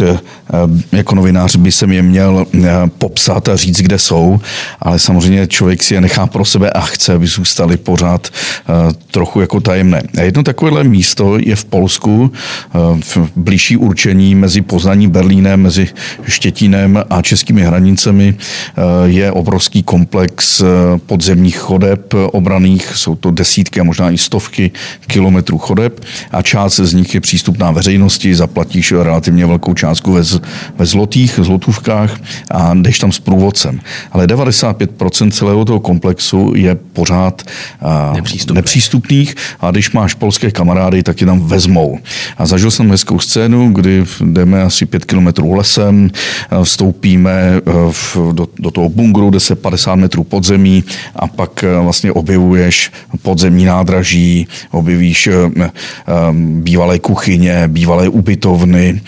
novinář by jsem je měl popsat a říct, kde jsou, ale samozřejmě člověk si je nechá pro sebe a chce, aby zůstali pořád trochu jako tajemné. A jedno takovéhle místo je v Polsku, v blížší určení mezi Poznaní, Berlínem, mezi Štětínem a českými hranicemi je obrovský komplex podzemních chodeb obranných, jsou to desítky a možná i stovky kilometrů chodeb a část z nich je přístupná veřejnosti, zaplatíš relativně velkou částku ve zlotůvkách a jdeš tam s průvodcem. Ale 95% celého toho komplexu je pořád nepřístupných a když máš polské kamarády, tak tě tam vezmou. A zažil jsem hezkou scénu, kdy jdeme asi 5 kilometrů lesem, vstoupíme do toho bunkru, kde se 50 metrů podzemí a pak vlastně objevuješ podzemní nádraží, objevíš bývalé kuchyně, bývalé ubytovny.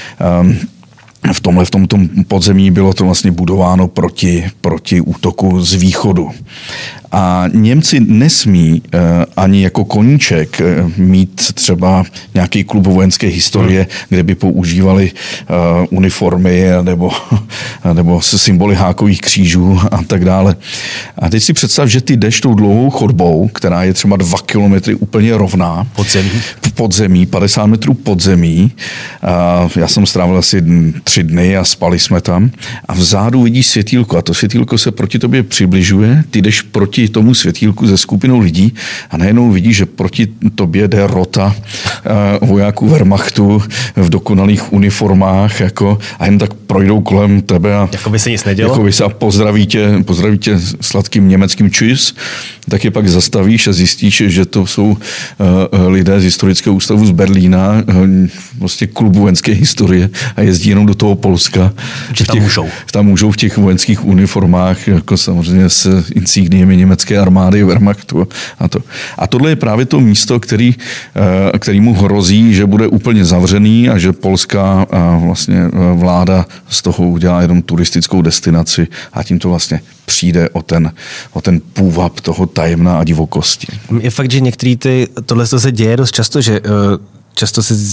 V tom podzemí bylo to vlastně budováno proti útoku z východu. A Němci nesmí ani jako koníček mít třeba nějaký klub vojenské historie, kde by používali uniformy nebo symboly hákových křížů a tak dále. A teď si představ, že ty jdeš tou dlouhou chodbou, která je třeba 2 kilometry úplně rovná. Podzemí, 50 metrů podzemí. Já jsem strávil asi 3 dny a spali jsme tam. A vzadu vidíš světýlko a to světýlko se proti tobě přibližuje. Ty jdeš proti tomu světýlku ze skupinou lidí a najednou vidíš, že proti tobě jde rota vojáků Wehrmachtu v dokonalých uniformách a jen tak projdou kolem tebe a jako by se nic nedělo. A pozdraví tě sladkým německým tschüss, tak je pak zastavíš a zjistíš, že to jsou lidé z historického ústavu z Berlína, vlastně klubu vojenské historie a jezdí jenom do toho Polska. Že tam můžou v těch vojenských uniformách, jako samozřejmě s insigniemi německé armády, Wehrmachtu a tohle je právě to místo, kterému hrozí, že bude úplně zavřený a že polská vlastně vláda z toho udělá jenom turistickou destinaci a tím to vlastně přijde o ten půvab toho tajemna a divokosti. Je fakt, že tohle se děje dost často, že často si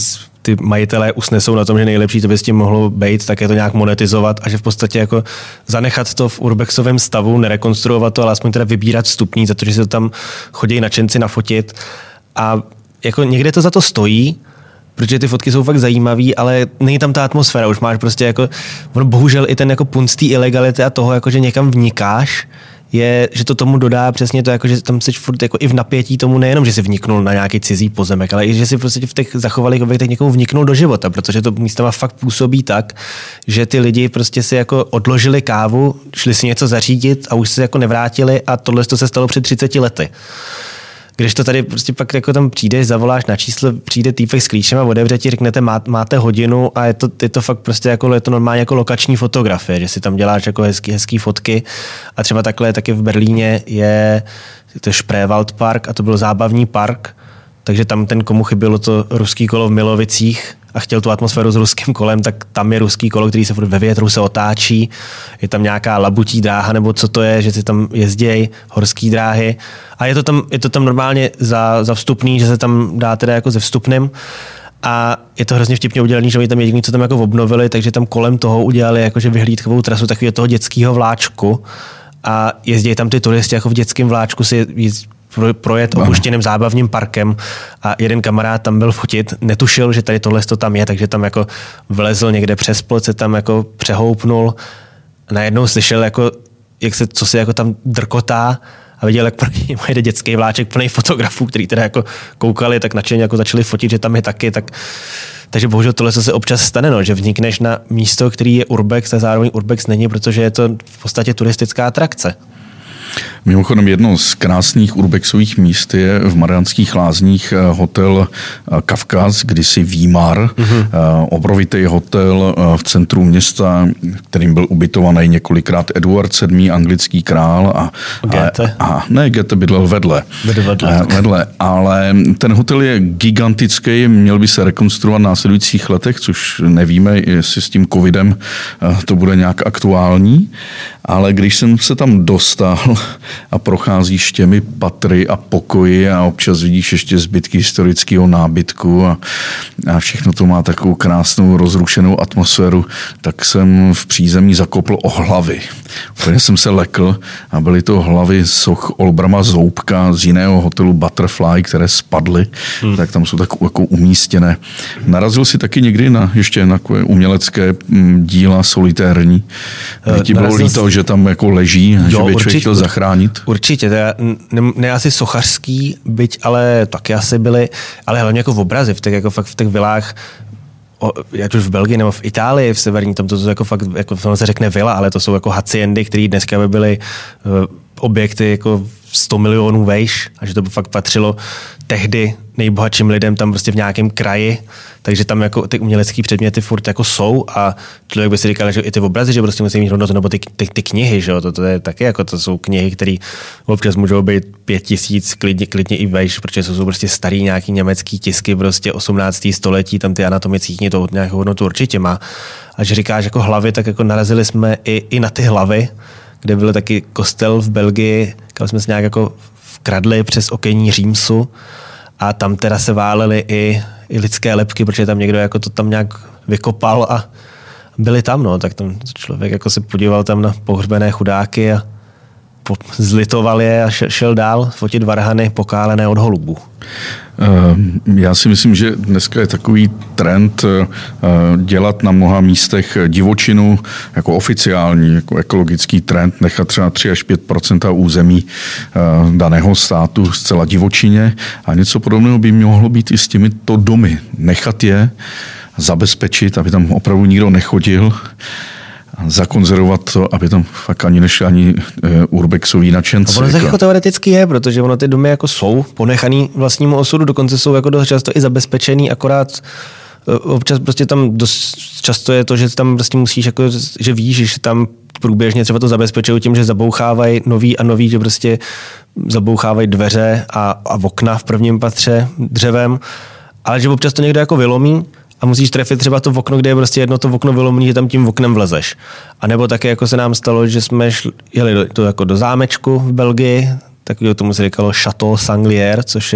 ty majitelé usnesou na tom, že nejlepší to by s tím mohlo být, tak je to nějak monetizovat a že v podstatě jako zanechat to v urbexovém stavu, nerekonstruovat to, ale aspoň teda vybírat vstupní za to, že se to tam chodí nadšenci nafotit. A jako někde to za to stojí, protože ty fotky jsou fakt zajímavý, ale není tam ta atmosféra, už máš prostě jako, bohužel i ten jako punc té ilegality a toho, jako že někam vnikáš, je, že to tomu dodá přesně to, jako, že tam seš furt jako i v napětí tomu nejenom, že si vniknul na nějaký cizí pozemek, ale i že si prostě v těch zachovalých objektech někomu vniknul do života, protože to místama fakt působí tak, že ty lidi prostě si jako odložili kávu, šli si něco zařídit a už se jako nevrátili a tohle to se stalo před 30 lety. Když to tady prostě pak jako tam přijdeš, zavoláš na číslo, přijde týpek s klíčem a otevře ti, řeknete, máte hodinu a je to fakt prostě jako, je to normálně jako lokační fotografie, že si tam děláš jako hezký fotky a třeba takhle taky v Berlíně je to Spreewaldpark a to byl zábavní park, takže tam ten, komu chybělo to ruský kolo v Milovicích a chtěl tu atmosféru s ruským kolem, tak tam je ruský kolo, který se ve větru se otáčí, je tam nějaká labutí dráha, nebo co to je, že si tam jezdějí horský dráhy a je to tam normálně za vstupný, že se tam dá teda jako ze vstupným a je to hrozně vtipně udělaný, že oni tam jediný, co tam jako obnovili, takže tam kolem toho udělali jakože vyhlídkovou trasu takového toho dětského vláčku a jezdí tam ty turisti jako v dětském vláčku si projet opuštěným zábavním parkem a jeden kamarád tam byl fotit, netušil, že tady tohle to tam je, takže tam jako vlezl někde přes plot, se tam jako přehoupnul a najednou slyšel, jako, co se jako tam drkotá a viděl, jak pro něj jde dětský vláček plný fotografů, který teda jako koukali, tak nadšeně jako začali fotit, že tam je taky, takže bohužel tohle se občas stane, no, že vnikneš na místo, který je urbex a zároveň urbex není, protože je to v podstatě turistická atrakce. Mimochodem jedno z krásných urbexových míst je v Mariánských Lázních hotel Kavkaz, kdysi Výmar, obrovitý hotel v centru města, kterým byl ubytovaný několikrát Eduard VII., anglický král. Ne, Goethe bydlel vedle, ale ten hotel je gigantický, měl by se rekonstruovat v následujících letech, což nevíme, jestli s tím covidem to bude nějak aktuální, ale když jsem se tam dostal a procházíš těmi patry a pokoji a občas vidíš ještě zbytky historického nábytku a všechno to má takovou krásnou rozrušenou atmosféru, tak jsem v přízemí zakopl o hlavy. Úplně jsem se lekl a byly to hlavy soch Olbrama Zoubka z jiného hotelu Butterfly, které spadly, tak tam jsou tak jako umístěné. Narazil si taky někdy ještě na umělecké díla solitérní? Ti bylo líto, že tam jako leží, že by člověk chtěl zachránit? Určitě, teda ne asi sochařský, byť ale taky asi byly, ale hlavně jako v obrazy, v těch vilách, ať už v Belgii nebo v Itálii, v severní, tam to jsou jako fakt, jako se řekne vila, ale to jsou jako haciendy, které dneska by byly objekty jako 100 milionů vejš a že to by fakt patřilo tehdy nejbohatším lidem tam prostě v nějakém kraji, takže tam jako ty umělecké předměty furt jako jsou a člověk by si říkal, že i ty obrazy, že prostě musí mít hodnotu, nebo ty knihy, že jo, to je taky jako, to jsou knihy, které občas můžou být 5000, klidně i vejš, protože jsou prostě starý nějaký německý tisky, prostě 18. století, tam ty anatomické knihy to nějakou hodnotu určitě má. A že říkáš jako hlavy, tak jako narazili jsme i na ty hlavy, kde byl taky kostel v Belgii, kam jsme se nějak jako vkradli přes okenní římsu a tam teda se válely i lidské lebky, protože tam někdo jako to tam nějak vykopal a byli tam, no, tak tam člověk jako se podíval tam na pohřbené chudáky a zlitoval je a šel dál fotit varhany pokálené od holubů. Já si myslím, že dneska je takový trend dělat na mnoha místech divočinu jako oficiální, jako ekologický trend, nechat třeba 3 až 5% území daného státu zcela divočině a něco podobného by mohlo být i s těmito domy. Nechat je, zabezpečit, aby tam opravdu nikdo nechodil, zakonzervovat to, aby tam fakt ani nešli ani urbexoví nadšenci. Ono jako teoreticky je, protože ono ty domy jako jsou ponechaný vlastnímu osudu, dokonce jsou jako dost často i zabezpečený, akorát občas prostě tam dost často je to, že tam prostě musíš jako, že víš, že tam průběžně třeba to zabezpečují tím, že zabouchávají nový, že prostě zabouchávají dveře a okna v prvním patře dřevem, ale že občas to někdo jako vylomí a musíš trefit třeba to okno, kde je prostě jedno to okno vylomené, že tam tím oknem vlezeš. A nebo také jako se nám stalo, že jsme jeli do zámečku v Belgii, takového tomu se říkalo Château Sanglier, což je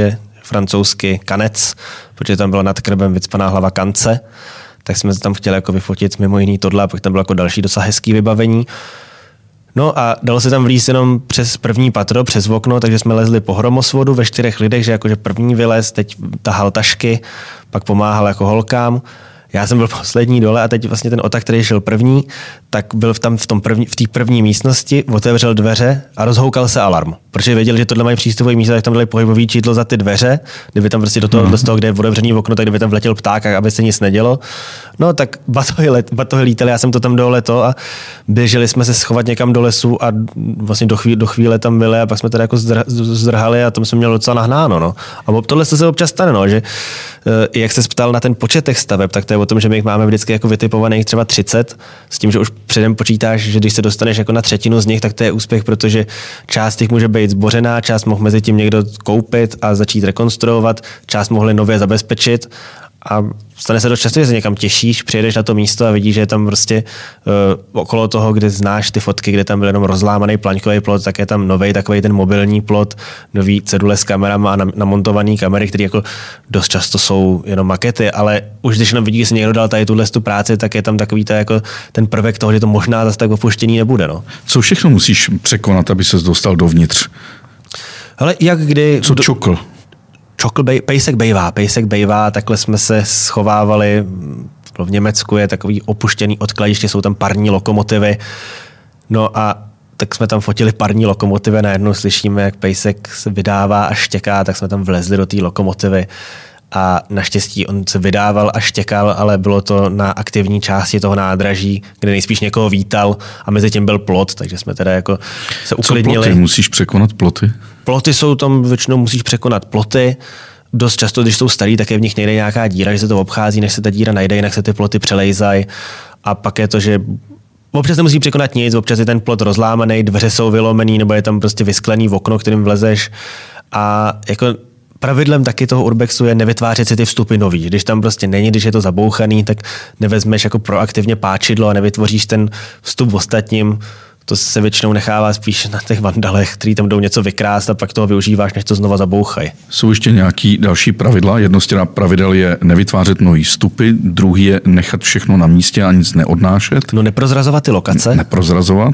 francouzsky kanec, protože tam byla nad krbem vycpaná hlava kance, tak jsme tam chtěli jako vyfotit mimo jiný tohle, a pak tam bylo jako další docela hezký vybavení. No a dalo se tam vlízt jenom přes první patro, přes okno, takže jsme lezli po hromosvodu ve 4 lidech, že jakože první vylez, teď tahal tašky, pak pomáhal jako holkám. Já jsem byl poslední dole a teď vlastně ten Ota, který šel první, tak byl v té první místnosti, otevřel dveře a rozhoukal se alarm. Protože věděli, že tohle mají přístupový místo, tak tam dali pohybový číslo za ty dveře. Kdyby tam prostě do toho, kde je otevřený okno, tak kdyby tam vletěl pták, aby se nic nedělo. No tak batohy lítaly, já jsem to tam dole a běželi jsme se schovat někam do lesu a vlastně do chvíle tam byli a pak jsme teda jako zdrhali a tom jsme měli docela nahnáno. No. A tohle se občas stane, no, že jak se ptal na ten počet těch staveb, tak to je o tom, že my jich máme vždycky jako vytipovaných třeba 30, s tím, že už předem počítáš, že když se dostaneš jako na třetinu z nich, tak to je úspěch, protože část jich může být zbořená, část mohl mezi tím někdo koupit a začít rekonstruovat, část mohli nově zabezpečit. A stane se dost často, že se někam těšíš, přijedeš na to místo a vidíš, že je tam prostě okolo toho, kde znáš ty fotky, kde tam byl jenom rozlámaný plaňkový plot, tak je tam novej takový ten mobilní plot, nový cedule s kamerama a namontovaný kamery, které jako dost často jsou jenom makety, ale už když jenom vidíš, že si někdo dal tady tu práci, tak je tam takový jako ten prvek toho, že to možná zase tak opuštění nebude. No. Co všechno musíš překonat, aby ses dostal dovnitř? Ale jak kdy... Co čokl? Pejsek bejvá, takhle jsme se schovávali. V Německu je takový opuštěný odkladiště, jsou tam parní lokomotivy. No a tak jsme tam fotili parní lokomotivy, najednou slyšíme, jak pejsek se vydává a štěká, tak jsme tam vlezli do té lokomotivy. A naštěstí on se vydával a štěkal, ale bylo to na aktivní části toho nádraží, kde nejspíš někoho vítal a mezi tím byl plot, takže jsme teda jako se uklidnili. Co ploty? Musíš překonat ploty? Ploty jsou tam, většinou musíš překonat ploty. Dost často, když jsou starý, tak je v nich někde nějaká díra, že se to obchází, než se ta díra najde, jinak se ty ploty přelejzají. A pak je to, že občas nemusí překonat nic, občas je ten plot rozlámaný, dveře jsou vylomený, nebo je tam prostě vysklený okno, kterým vlezeš. A jako pravidlem taky toho urbexu je nevytvářet si ty vstupy nový. Když tam prostě není, když je to zabouchaný, tak nevezmeš jako proaktivně páčidlo a nevytvoříš ten vstup ostatním. To se většinou nechává spíš na těch vandalech, kteří tam jdou něco vykrást a pak toho využíváš, než to znova zabouchají. Jsou ještě nějaký další pravidla? Jedno z těch pravidel je nevytvářet nový vstupy, druhý je nechat všechno na místě a nic neodnášet. No neprozrazovat ty lokace. Neprozrazovat.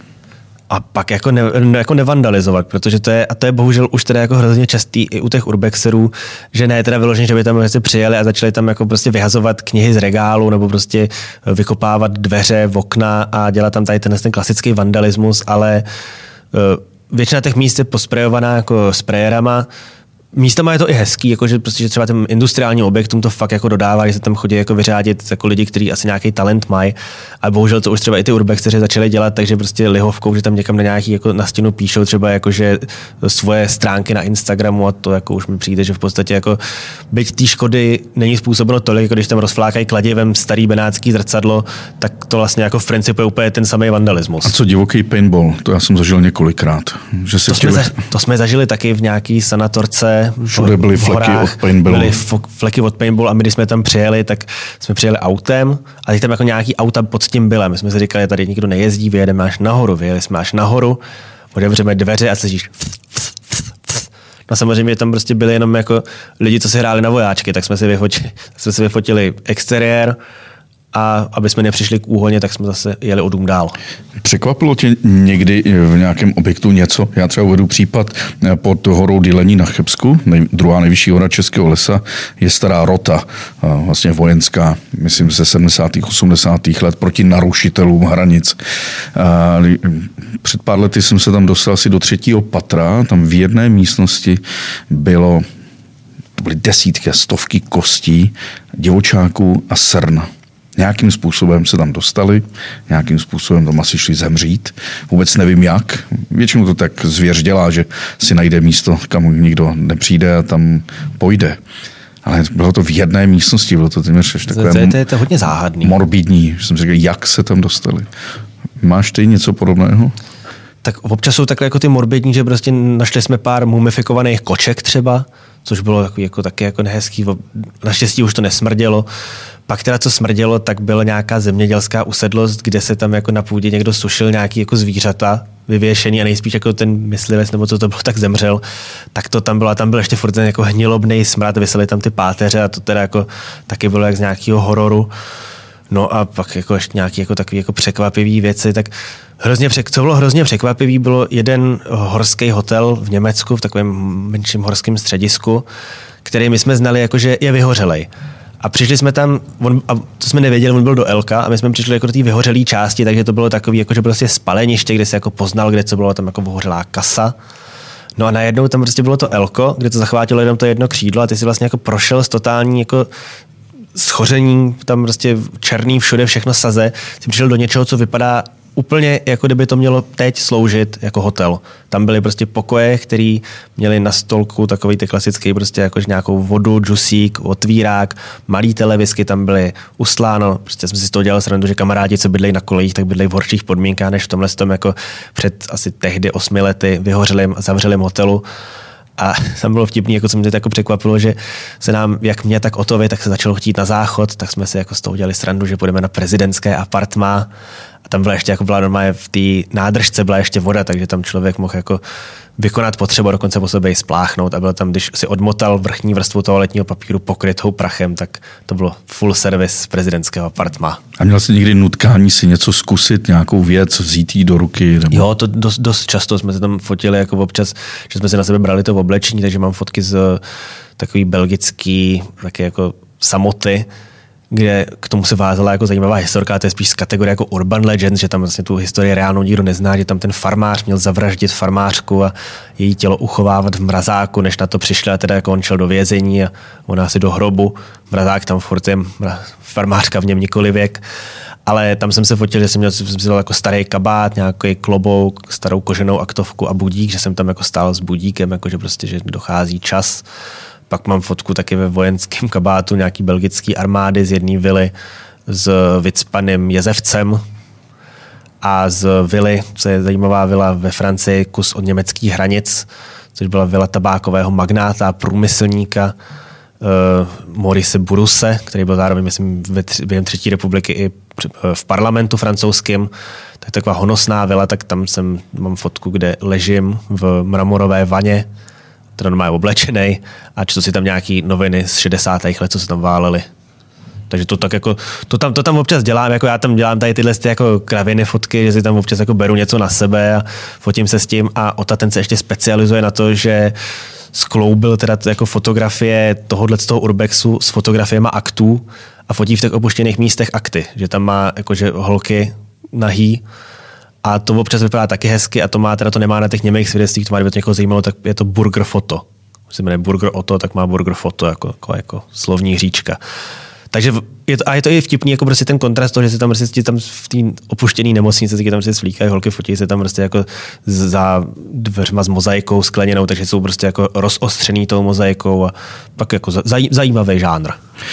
A pak jako nevandalizovat, protože to je bohužel už teda jako hrozně častý i u těch urbexerů, že ne teda vyloženě, že by tam přijeli a začali tam jako prostě vyhazovat knihy z regálu nebo prostě vykopávat dveře, okna a dělat tam tady ten klasický vandalismus, ale většina těch míst je posprejovaná jako sprayerama. Místama je to i hezký, jakože prostě, že třeba těm industriálním objektům to fakt jako dodává, že se tam chodí jako vyřádit jako lidi, kteří asi nějaký talent mají. A bohužel to už třeba i ty urbexeři začali dělat, takže prostě lihovkou, že tam někam na nějaký jako na stěnu píšou třeba jakože svoje stránky na Instagramu a to jako už mi přijde, že v podstatě jako byť té škody není způsobeno tolik, jako když tam rozflákají kladivem starý benátský zrcadlo, tak to vlastně jako v principu je úplně ten samý vandalismus. A co divoký paintball? To já jsem zažil několikrát. Že to jsme zažili taky v nějaký sanatorce. Všude byly fleky od paintballu. Byly fleky od paintballu a my, když jsme tam přijeli, tak jsme přijeli autem a teď tam jako nějaký auta pod tím byla. My jsme si říkali, tady nikdo nejezdí, vyjedeme až nahoru. Vyjeli jsme až nahoru, otevřeme dveře a slyšíš. No samozřejmě tam prostě byli jenom jako lidi, co si hráli na vojáčky, tak jsme si vyfotili exteriér. A aby jsme nepřišli k úhoně, tak jsme zase jeli o dům dál. Překvapilo tě někdy v nějakém objektu něco? Já třeba uvedu případ pod horou Dylení na Chebsku, druhá nejvyšší hora Českého lesa, je stará rota, vlastně vojenská, myslím ze 70. 80. let proti narušitelům hranic. Před pár lety jsem se tam dostal asi do 3. patra, tam v jedné místnosti byly desítky, stovky kostí, divočáků a srn. Nějakým způsobem se tam dostali, nějakým způsobem tam asi šli zemřít. Vůbec nevím jak. Většinou to tak zvěř dělá, že si najde místo, kam nikdo nepřijde a tam pojde. Ale bylo to v jedné místnosti, bylo to téměř takové to je hodně záhadný. Morbidní. Že jsem říkal, jak se tam dostali. Máš ty něco podobného? Tak občas jsou takhle jako ty morbidní, že prostě našli jsme pár mumifikovaných koček třeba, což bylo taky jako nehezký. Naštěstí už to nesmrdělo. Pak teda co smrdělo, tak byla nějaká zemědělská usedlost, kde se tam jako na půdě někdo sušil nějaký jako zvířata vyvěšený a nejspíš jako ten myslivec, nebo co to bylo, tak zemřel. Tak to tam bylo, a tam byl ještě furt ten jako hnilobnej smrad, visely tam ty páteře a to teda jako taky bylo jak z nějakého hororu. No a pak jako ještě nějaký jako takový jako překvapivý věci, tak co bylo hrozně překvapivý, bylo jeden horský hotel v Německu, v takovém menším horském středisku, který my jsme znali jako, že je vyhořelej. A přišli jsme tam, a to jsme nevěděli, on byl do Elka a my jsme přišli jako do té vyhořelé části, takže to bylo takový, jako, že prostě spaleniště, kde se jako poznal, kde co bylo tam jako vyhořelá kasa. No a najednou tam prostě bylo to Elko, kde to zachvátilo jenom to jedno křídlo a ty si vlastně jako prošel s totální jako schořením, tam prostě černý všude, všechno saze, si přišel do něčeho, co vypadá úplně jako kdyby to mělo teď sloužit jako hotel. Tam byly prostě pokoje, které měly na stolku takový ty klasický prostě jakož nějakou vodu, džusík, otvírák, malý televizky tam byly ustláno. Prostě jsme si z toho dělali srandu, že kamarádi, co bydlejí na kolejích, tak bydlejí v horších podmínkách, než v tomhle tom jako před asi tehdy 8 lety vyhořelým a zavřelým hotelu. A tam bylo vtipný, jako co mě jako překvapilo, že se nám, jak mě, tak Otovi, tak se začalo chtít na záchod, tak jsme si jako z toho udělali srandu, že půjdeme na prezidentské apartmá. A tam byla ještě jako byla normálně v té nádržce byla ještě voda, takže tam člověk mohl jako vykonat potřebu, dokonce po sobě spláchnout a byl tam, když si odmotal vrchní vrstvu toaletního papíru pokrytou prachem, tak to bylo full service prezidentského apartma. A měl jsi někdy nutkání si něco zkusit, nějakou věc, vzít jí do ruky? Nebo... Jo, to dost často jsme se tam fotili jako občas, že jsme si na sebe brali to oblečení, takže mám fotky z takový belgický, taky jako samoty, kde k tomu se vázala jako zajímavá historka, to je spíš z kategorie jako urban legends, že tam vlastně tu historii reálnou nikdo nezná, že tam ten farmář měl zavraždit farmářku a její tělo uchovávat v mrazáku, než na to přišla a teda jako on šel do vězení a ona asi do hrobu. Mrazák tam furt je, farmářka v něm nikoli věk. Ale tam jsem se fotil, že jsem měl jako starý kabát, nějaký klobouk, starou koženou aktovku a budík, že jsem tam jako stál s budíkem, jako že prostě že dochází čas. Pak mám fotku taky ve vojenském kabátu nějaký belgický armády z jedné vily s vycpaným jezevcem a z vily, co je zajímavá vila ve Francii, kus od německých hranic, což byla vila tabákového magnáta, průmyslníka Maurice Buruse, který byl zároveň, myslím, během třetí republiky i v parlamentu francouzském. Tak taková honosná vila, tak tam mám fotku, kde ležím v mramorové vaně, teda normálně oblečenej a čtu si tam nějaký noviny z 60. let, co se tam válely. Takže to tak jako, to tam občas dělám, jako já tam dělám tady tyhle jako kraviny fotky, že si tam občas jako beru něco na sebe a fotím se s tím a Ota ten se ještě specializuje na to, že skloubil teda jako fotografie tohohle z toho urbexu s fotografiema aktů a fotí v těch opuštěných místech akty, že tam má jakože holky nahý. A to občas vypadá taky hezky a to má, teda to nemá na těch němých svědectvích, to má, kdyby to někoho zajímalo, tak je to Burger Foto. Když se jmenuje Burger Otto, tak má Burger Foto jako slovní hříčka. Takže je to i vtipný, jako prostě ten kontrast toho, že se tam prostě tam v té opuštěné nemocnici taky tam se svlíkají holky, fotí se tam prostě jako za dveřma s mozaikou skleněnou, takže jsou prostě jako rozostřený tou mozaikou a pak jako zajímavý žánr.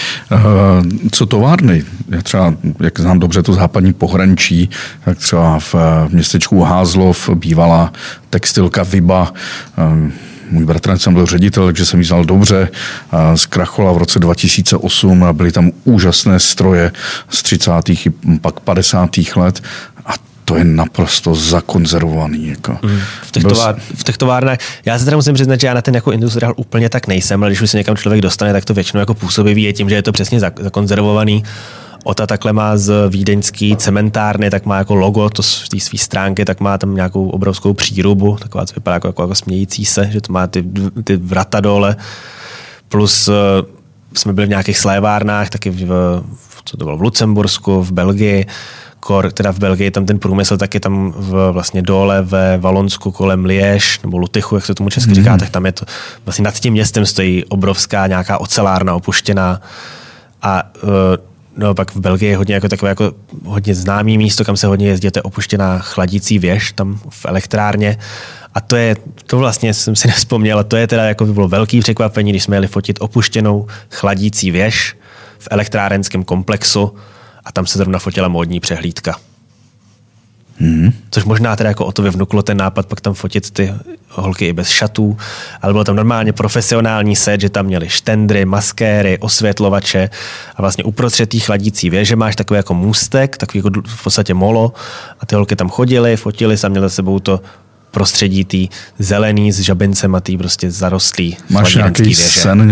Co továrny? Já třeba, jak znám dobře to západní pohraničí, tak třeba v městečku Házlov bývala textilka Viba. Můj bratranec jsem byl ředitel, takže jsem ji znal dobře. Zkrachovala v roce 2008 a byly tam úžasné stroje z 30. i pak 50. let a to je naprosto zakonzervovaný. Jako. V těch továrnách. Já se teda musím přiznat, že já na ten jako industriál úplně tak nejsem, ale když už se někam člověk dostane, tak to většinou jako působivý je tím, že je to přesně zakonzervovaný. Ota takhle má z vídeňský cementárny, tak má jako logo to z té své stránky, tak má tam nějakou obrovskou přírubu, taková, co vypadá jako smějící se, že to má ty vrata dole. Plus jsme byli v nějakých slévárnách, taky co to bylo, v Lucembursku, v Belgii, teda v Belgii tam ten průmysl taky tam vlastně dole ve Valonsku kolem Liège, nebo Lutychu, jak se tomu česky říká, tak tam je to, vlastně nad tím městem stojí obrovská nějaká ocelárna opuštěná a no, pak v Belgii je hodně jako takové jako hodně známý místo, kam se hodně jezdí, to je opuštěná chladící věž tam v elektrárně. A to vlastně jsem si nevzpomněl, a to je teda jako by bylo velký překvapení, když jsme jeli fotit opuštěnou chladící věž v elektrárenském komplexu a tam se zrovna fotila módní přehlídka. Což možná teda jako o to vyvnuklo ten nápad pak tam fotit ty holky i bez šatů, ale bylo tam normálně profesionální set, že tam měli štendry, maskéry, osvětlovače a vlastně uprostřed té chladící věže máš takový jako můstek, takový jako v podstatě molo a ty holky tam chodily, fotily se a měly za sebou to prostředí tý zelený s žabincem a tý prostě zarostlý. Máš nějaký sen,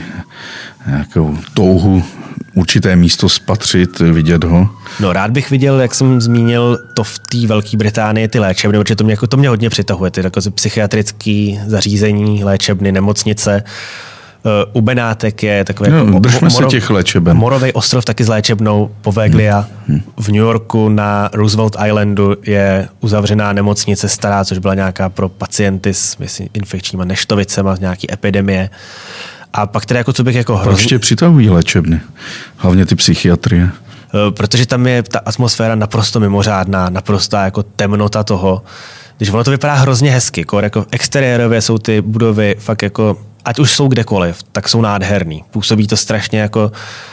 nějakou touhu určité místo spatřit, vidět ho? No rád bych viděl, jak jsem zmínil, to v té Velké Británii ty léčebny, protože to mě hodně přitahuje, ty takové psychiatrické zařízení, léčebny, nemocnice. U Benátek je takový držme se těch léčeben. Morovej ostrov taky s léčebnou Poveglia. V New Yorku na Roosevelt Islandu je uzavřená nemocnice stará, což byla nějaká pro pacienty s infekčníma neštovicema, nějaký epidemie. A pak teda jako co bych jako Proč tě přitahují léčebny? Hlavně ty psychiatrie. Protože tam je ta atmosféra naprosto mimořádná, naprostá jako temnota toho. Když ono to vypadá hrozně hezky, jako exteriérově jsou ty budovy fakt jako, ať už jsou kdekoliv, tak jsou nádherný. Působí to strašně jako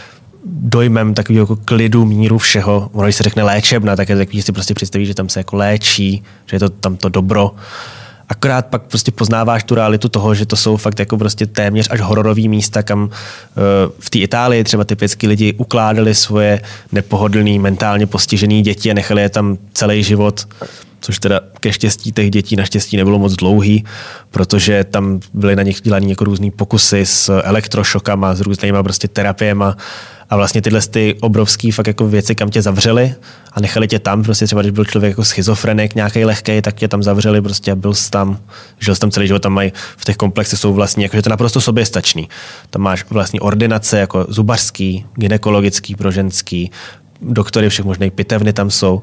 dojmem takového jako klidu, míru všeho. Ono, když se řekne léčebna, tak je takový, že si prostě představí, že tam se jako léčí, že je to tam to dobro. Akorát pak prostě poznáváš tu realitu toho, že to jsou fakt jako prostě téměř až hororový místa, kam v té Itálii třeba typicky lidi ukládali svoje nepohodlný, mentálně postižený děti a nechali je tam celý život, což teda ke štěstí těch dětí naštěstí nebylo moc dlouhý, protože tam byly na nich dělaný jako různý pokusy s elektrošokama, s různýma prostě terapiema a vlastně tyhle ty obrovský fakt jako věci, kam tě zavřeli a nechali tě tam, prostě třeba když byl člověk jako schizofrenik nějaký lehkej, tak tě tam zavřeli prostě a byl jsi tam, žil jsi tam celý život, tam mají v těch komplexech jsou vlastně, jakože to naprosto soběstačný. Tam máš vlastní ordinace jako zubařský, gynekologický, pro ženský, doktory všech možných, pitevny tam jsou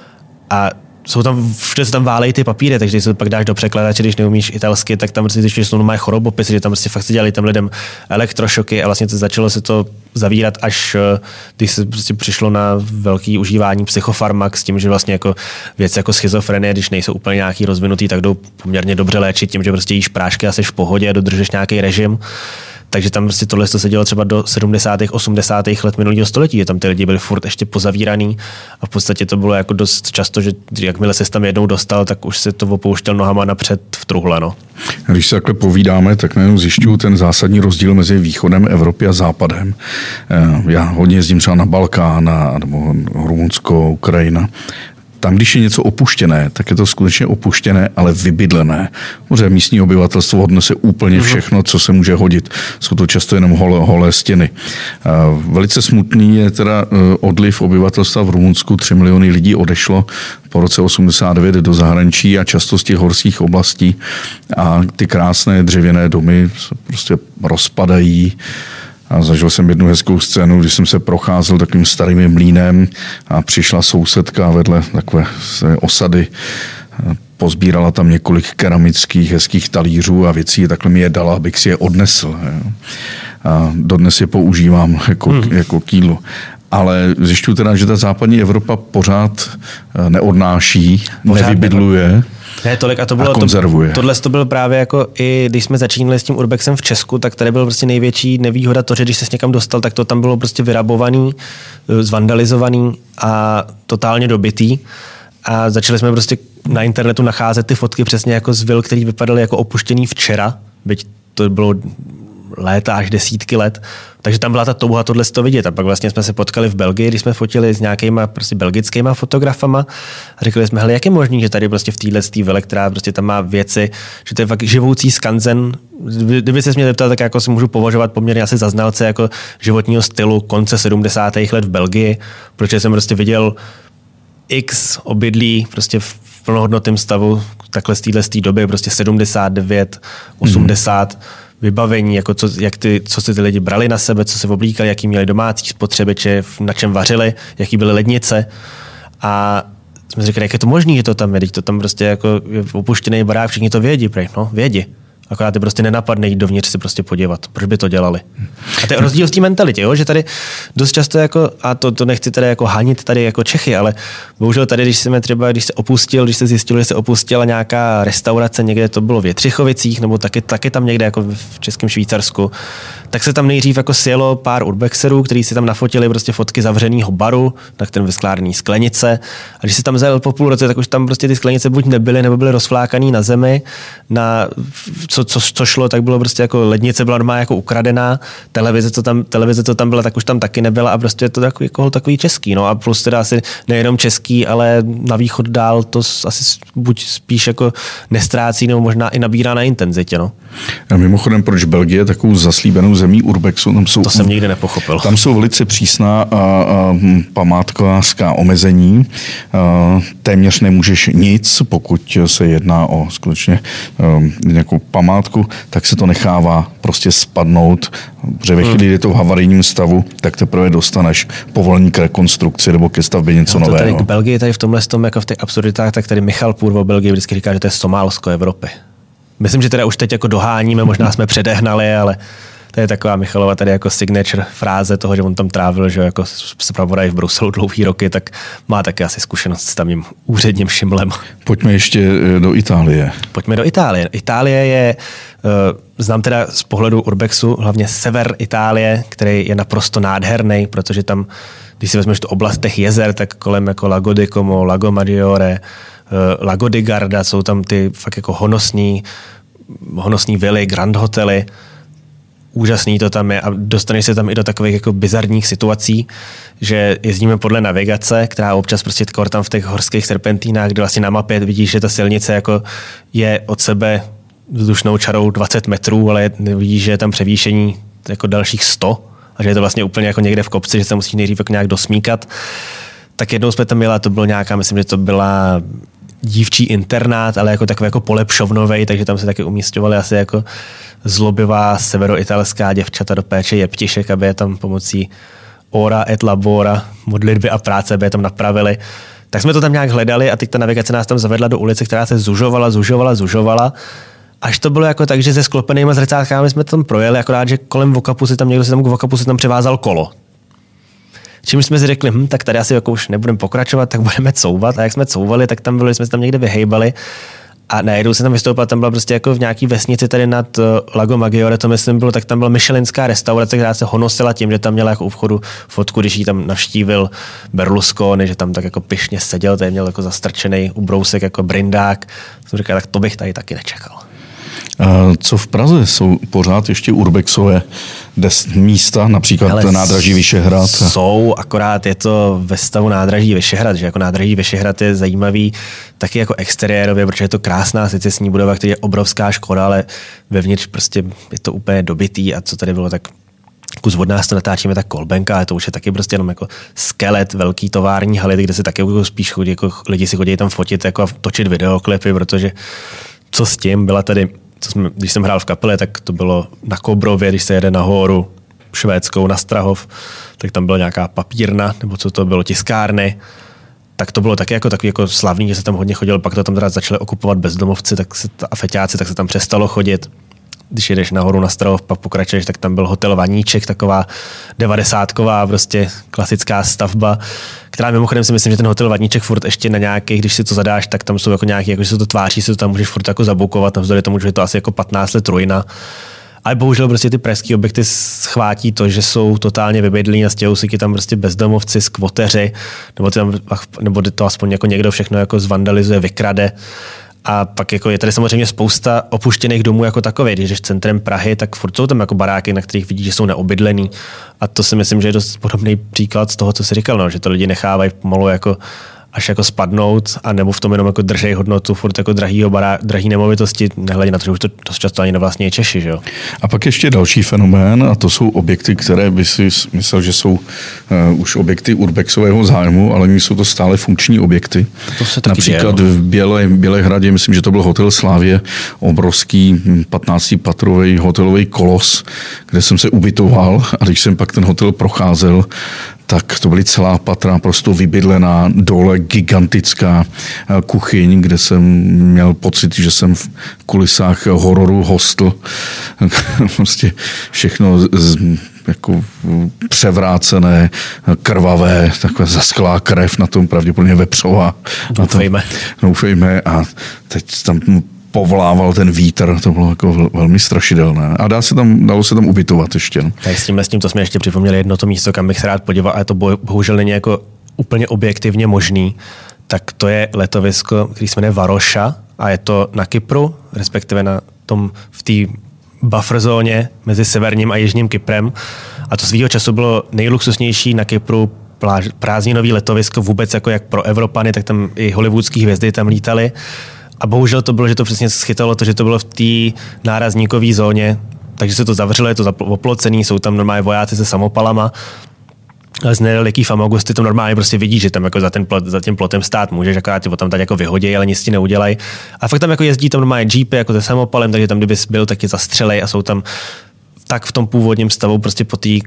a jsou tam, všude se tam válejí ty papíry, takže když se pak dáš do překladače, když neumíš italsky, tak tam prostě zjišťuješ, že jsou normální chorobopisy, že tam prostě fakt se dělali tam lidem elektrošoky a vlastně začalo se to zavírat, až když se prostě přišlo na velký užívání psychofarmak s tím, že vlastně jako věci jako schizofrenie, když nejsou úplně nějaký rozvinutý, tak jdou poměrně dobře léčit tím, že prostě jíš prášky a jsi v pohodě a dodržeš nějaký režim. Takže tam prostě tohle se dělo třeba do 70. 80. let minulého století, že tam ty lidi byli furt ještě pozavíraný a v podstatě to bylo jako dost často, že jakmile se tam jednou dostal, tak už se to opouštěl nohama napřed v truhle. No. Když se takhle povídáme, tak nejenom zjišťuju ten zásadní rozdíl mezi východem Evropy a západem. Já hodně jezdím třeba na Balkán nebo Rumunsko, Ukrajina. Tam, když je něco opuštěné, tak je to skutečně opuštěné, ale vybydlené. Protože místní obyvatelstvo odnese úplně všechno, co se může hodit. Jsou to často jenom holé stěny. Velice smutný je teda odliv obyvatelstva v Rumunsku. 3 miliony lidí odešlo po roce 89 do zahraničí a často z těch horských oblastí. A ty krásné dřevěné domy se prostě rozpadají. A zažil jsem jednu hezkou scénu, když jsem se procházel takovým starým mlýnem a přišla sousedka vedle takové osady, pozbírala tam několik keramických hezkých talířů a věcí a takhle mi je dala, abych si je odnesl. A dodnes je používám jako kýdlo. Ale zjišťuju teda, že ta západní Evropa pořád neodnáší, nevybydluje. Ne, tolik a to bylo konzervuje. Tohle to byl právě jako i když jsme začínali s tím urbexem v Česku, tak tady byl prostě největší nevýhoda to, že když se s někam dostal, tak to tam bylo prostě vyrabovaný, zvandalizovaný a totálně dobitý. A začali jsme prostě na internetu nacházet ty fotky přesně jako z vil, který vypadaly jako opuštěný včera, byť to bylo léta až desítky let. Takže tam byla ta touha tohle to vidět. A pak vlastně jsme se potkali v Belgii, když jsme fotili s nějakýma prostě belgickýma fotografama a řekli jsme, hele, jak je možný, že tady prostě v téhle vile, která prostě tam má věci, že to je fakt živoucí skanzen. Kdyby se mě zeptal, tak jako si můžu považovat poměrně asi za znalce jako životního stylu konce 70. let v Belgii, protože jsem prostě viděl x obydlí prostě v plnohodnotném stavu takhle z téhle doby, prostě 79, 80, vybavení, jako co si ty lidi brali na sebe, co se oblíkali, jaký měli domácí spotřebiče, na čem vařili, jaký byly lednice. A jsme si říkali, jak je to možné, že to tam je, to tam prostě jako je opuštěný barák, všichni to vědí, no, vědí. Akorát ty prostě nenapadne jít dovnitř si prostě podívat. Proč by to dělali? A to je rozdíl v té mentalitě, jo? Že tady dost často jako, a to nechci tady jako hanit tady jako Čechy, ale bohužel tady, když se zjistilo, že se opustila nějaká restaurace někde, to bylo v Jetřichovicích, nebo taky tam někde jako v Českém Švýcarsku, tak se tam nejdřív jako sjelo pár urbexerů, kteří si tam nafotili prostě fotky zavřeného baru, tak ten vyskládaný sklenice. A když si tam zajel po půl roce, tak už tam prostě ty sklenice buď nebyly, nebo byly rozflákaný na zemi. Co šlo, tak bylo prostě jako lednice byla doma jako ukradená, televize, co tam byla, tak už tam taky nebyla a prostě je to takový český. No a plus teda asi nejenom český, ale na východ dál to asi buď spíš jako nestrácí, nebo možná i nabírá na intenzitě. No. A mimochodem, proč Belgie je takovou zaslíbenou zemí urbexu? To jsem nikdy nepochopil. Tam jsou velice přísná památkářská omezení. Téměř nemůžeš nic, pokud se jedná o skutečně nějakou památku, tak se to nechává prostě spadnout, protože ve chvíli, kdy je to v havarijním stavu, tak teprve dostaneš povolení k rekonstrukci nebo ke stavbě něco nového. Tady k Belgii, tady v tomhle jako v těch absurditách, tak tady Michal Půrvo Belgii vždycky říká, že to je Somálsko Evropy. Myslím, že teda už teď jako doháníme, možná jsme předehnali, ale to je taková Michalova tady jako signature fráze toho, že on tam trávil, že jako zpravodaj v Bruselu dlouhý roky, tak má také asi zkušenost s tamním úředním šimlem. Pojďme ještě do Itálie. Pojďme do Itálie. Itálie je, znám teda z pohledu urbexu, hlavně sever Itálie, který je naprosto nádherný, protože tam, když si vezmeš tu oblast těch jezer, tak kolem jako Lago di Como, Lago Maggiore, Lago di Garda, jsou tam ty fakt jako honosní vily, grand hotely. Úžasný to tam je a dostaneš se tam i do takových jako bizarních situací, že jezdíme podle navigace, která občas prostě tam v těch horských serpentínách, kde vlastně na mapě vidíš, že ta silnice jako je od sebe vzdušnou čarou 20 metrů, ale vidíš, že je tam převýšení jako dalších 100 a že je to vlastně úplně jako někde v kopci, že se musíš nejdřív jako nějak dosmíkat. Tak jednou jsme tam měla, to bylo nějaká, myslím, že to byla dívčí internát, ale jako takový jako polepšovnovej, takže tam se taky umísťovali asi jako zlobivá severoitalská děvčata do péče jeptišek, aby je tam pomocí ora et labora, modlitby a práce, aby je tam napravili. Tak jsme to tam nějak hledali a teď ta navigace nás tam zavedla do ulice, která se zužovala. Až to bylo jako tak, že se sklopenýma zrcátkami jsme tam projeli, akorát, že kolem Vokapu si tam někdo k Vokapu si tam přivázal kolo. Čímž jsme si řekli, tak tady asi jako už nebudeme pokračovat, tak budeme couvat. A jak jsme couvali, tak tam byli, jsme se tam někde vyhejbali. A najednou se tam vystoupila, tam byla prostě jako v nějaký vesnici tady nad Lago Maggiore, to myslím bylo, tak tam byla michelinská restaurace, která se honosila tím, že tam měla jako u vchodu fotku, když jí tam navštívil Berlusconi, že tam tak jako pyšně seděl, tady měl jako zastrčený ubrousek jako brindák. Jsem říkal, tak to bych tady taky nečekal. Co v Praze jsou pořád ještě urbexové místa, například nádraží Vyšehrad? Jsou, akorát je to ve stavu nádraží Vyšehrad, že jako nádraží Vyšehrad je zajímavý taky jako exteriérově, protože je to krásná secesní budova, která je obrovská škoda, ale vevnitř prostě je to úplně dobitý a co tady bylo, tak kus od nás to natáčíme tak kolbenka, ale to už je taky prostě jenom jako skelet velký tovární haly, kde se taky jako spíš chodí, jako lidi si chodí tam fotit jako a točit videoklipy, protože co s tím, byla tady když jsem hrál v kapele, tak to bylo na Kobrově, když se jede nahoru švédskou na Strahov, tak tam byla nějaká papírna, nebo co to bylo, tiskárny. Tak to bylo taky jako takový jako slavný, že se tam hodně chodilo, pak to tam teda začali okupovat bezdomovci a feťáci, tak se tam přestalo chodit. Když jedeš nahoru na Strahov, pak pokračuješ, tak tam byl hotel Vaníček, taková 90ková prostě klasická stavba, která mimochodem si myslím, že ten hotel Vaníček furt ještě na nějakých, když si to zadáš, tak tam jsou jako nějaký, jako že se to tváří, si to tam můžeš furt jako zabukovat, navzdory tomu, že je to asi jako 15 let ruina. Ale bohužel prostě ty pražský objekty schvátí to, že jsou totálně vybydlí, nastěhují si tam prostě bezdomovci, skvoteři, nebo to aspoň jako někdo všechno jako zvandalizuje, vykrade. A pak jako je tady samozřejmě spousta opuštěných domů jako takové. Když jdeš centrem Prahy, tak furt jsou tam jako baráky, na kterých vidíš, že jsou neobydlený. A to si myslím, že je dost podobný příklad z toho, co jsi říkal, no, že to lidi nechávají pomalu jako až jako spadnout a nebo v tom jenom jako držej hodnotu furt jako drahý nemovitosti, nehledě na to, že už to dost často ani nevlastní Češi, že jo. A pak ještě další fenomén a to jsou objekty, které by si myslel, že jsou už objekty urbexového zájmu, ale jsou to stále funkční objekty. To se taky například děje, v Bělehradě, myslím, že to byl hotel Slávě, obrovský 15patrový hotelový kolos, kde jsem se ubytoval a když jsem pak ten hotel procházel, tak to byly celá patra prostě vybydlená, dole gigantická kuchyň, kde jsem měl pocit, že jsem v kulisách hororu Hostel. Prostě všechno jako převrácené, krvavé, takové zasklá krev, na tom pravděpodobně vepřová. Doufejme. A teď tam povlával ten vítr, to bylo jako velmi strašidelné. A dalo se tam ubytovat ještě. No. Tak s tím to jsme ještě připomněli jedno to místo, kam bych se rád podíval, ale to bohužel není jako úplně objektivně možný. Tak to je letovisko, který se jmenuje Varoša a je to na Kypru, respektive v té buffer zóně mezi severním a jižním Kyprem. A to svýho času bylo nejluxusnější na Kypru prázdninový letovisko vůbec jako jak pro Evropany, tak tam i hollywoodský hvězdy tam lítaly. A bohužel to bylo, že to přesně schytalo to, že to bylo v té nárazníkové zóně, takže se to zavřelo, je to oplocený, jsou tam normálně vojáci se samopalama, ale z nedaleký Famagusty to normálně prostě vidíš, že tam jako za tím plotem stát můžeš, akorát ty tam tady jako vyhodí, ale nic ti neudělají. A fakt tam jako jezdí tam normálně jeepy jako se samopalem, takže tam kdybys byl, tak tě zastřelej a jsou tam tak v tom původním stavu prostě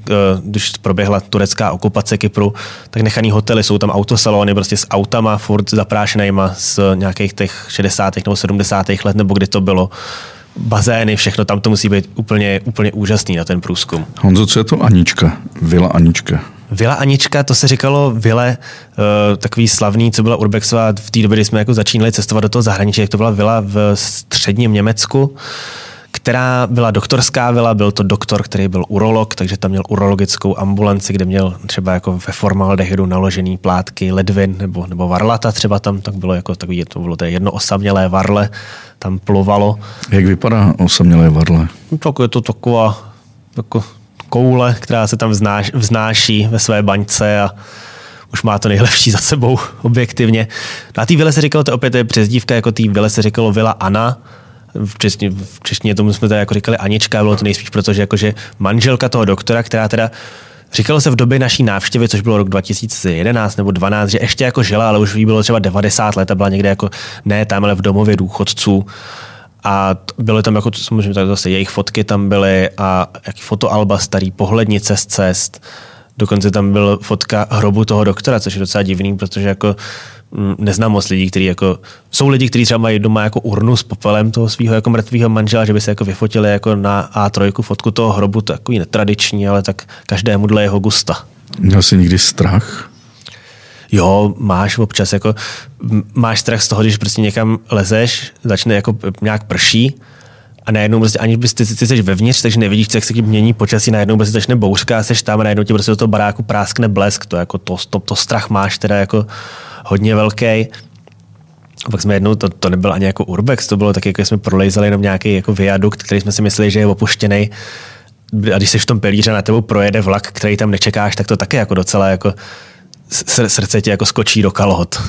když proběhla turecká okupace Kypru, tak nechaný hotely, jsou tam autosalony prostě s autama furt zaprášenejma z nějakých těch 60. nebo 70. let, nebo kdy to bylo. Bazény, všechno, tam to musí být úplně úžasný na ten průzkum. Honzo, co je to Anička? Vila Anička. Vila Anička, to se říkalo vile, takový slavný, co byla urbexová v té době, kdy jsme jako začínali cestovat do toho zahraničí, jak to byla vila v středním Německu, která byla doktorská vila, byl to doktor, který byl urolog, takže tam měl urologickou ambulanci, kde měl třeba jako ve formaldehydu naložený plátky ledvin nebo varlata třeba tam, tak bylo jako takový, to bylo jedno osamělé varle, tam plovalo. Jak vypadá osamělé varle? Tak je to taková jako koule, která se tam vznáší ve své baňce a už má to nejlepší za sebou objektivně. No a té vile se říkalo, to opět je přezdívka, jako té vile se říkalo Vila Anna. V češtině tomu jsme tady jako říkali Anička, bylo to nejspíš, protože jakože manželka toho doktora, která teda říkalo se v době naší návštěvy, což bylo rok 2011 nebo 12, že ještě jako žila, ale už jí bylo třeba 90 let a byla někde jako ne tam, ale v domově důchodců. A byly tam jako, samozřejmě tak zase jejich fotky tam byly a jaký fotoalba starý, pohlednice z cest. Dokonce tam byla fotka hrobu toho doktora, což je docela divný, protože jako neznám moc lidí, kteří jako, jsou lidi, kteří třeba mají doma jako urnu s popelem toho svého jako mrtvého manžela, že by se jako vyfotili jako na A3 fotku toho hrobu, to takový netradiční, ale tak každému dle jeho gusta. Měl jsi někdy strach? Jo, máš občas jako, máš strach z toho, když prostě někam lezeš, začne jako nějak prší a najednou prostě ani ty jsi vevnitř, takže nevidíš, jak se mění počasí, najednou prostě začne bouřka a seš tam a najednou ti prostě do toho baráku práskne blesk, to jako to strach máš teda jako hodně velký. A pak jsme jednou, to nebyl ani jako urbex, to bylo tak, jako jsme prolejzali jenom nějaký jako viadukt, který jsme si mysleli, že je opuštěný. A když jsi v tom pilíře, na tebou projede vlak, který tam nečekáš, tak to taky jako docela jako srdce ti jako skočí do kalhot.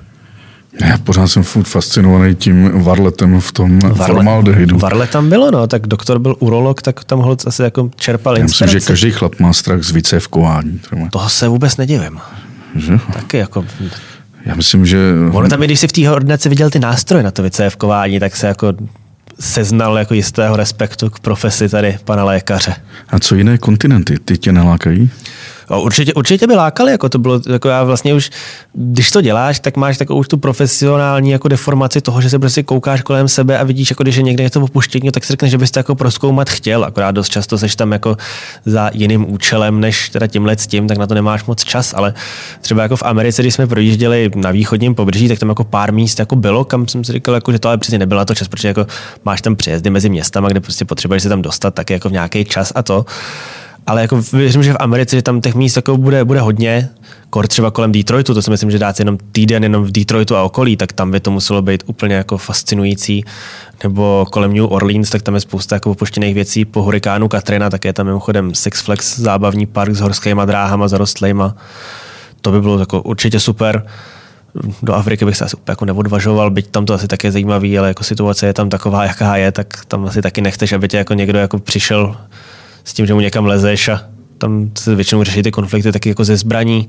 Já pořád jsem furt fascinovaný tím varletem v tom formaldehydu. Varlet tam bylo, no, tak doktor byl urolog, tak tam ho asi jako čerpal inspiraci. Já myslím, že každý chlap má strach z vycévkování. Toho se vůbec nedivím. Že? Taky jako... Já myslím, že... Ono tam, když si v té ordinaci viděl ty nástroje na to vycévkování, tak se jako seznal jako jistého respektu k profesi tady pana lékaře. A co jiné kontinenty? Ty tě nelákají? Určitě by lákali, jako to bylo, jako já vlastně už, když to děláš, tak máš takovou už tu profesionální jako deformaci toho, že se prostě koukáš kolem sebe a vidíš, jako když je někde něco opuštění, tak si řekneš, že bys to jako prozkoumat chtěl, akorát dost často seš tam jako za jiným účelem, než teda tím, tak na to nemáš moc čas, ale třeba jako v Americe, když jsme projížděli na východním pobřeží, tak tam jako pár míst jako bylo, kam jsem si říkal, jako, že to ale přesně nebyla to čas, protože jako máš tam přejezdy mezi městama, kde prostě potřebuješ se tam dostat taky jako v nějaký čas a to. Ale jako věřím, že v Americe, že tam těch míst jako bude hodně, třeba kolem Detroitu, to si myslím, že dát si jenom týden jenom v Detroitu a okolí, tak tam by to muselo být úplně jako fascinující. Nebo kolem New Orleans, tak tam je spousta jako opuštěných věcí. Po hurikánu Katrina, tak je tam mimochodem Six Flags zábavní park s horskýma dráhama, zarostlejma. To by bylo jako určitě super. Do Afriky bych se asi úplně jako neodvažoval, byť tam to asi taky je zajímavý, ale jako situace je tam taková, jaká je, tak tam asi taky nechceš, aby tě jako někdo jako přišel s tím, že mu někam lezeš a tam se většinou řeší ty konflikty taky jako ze zbraní.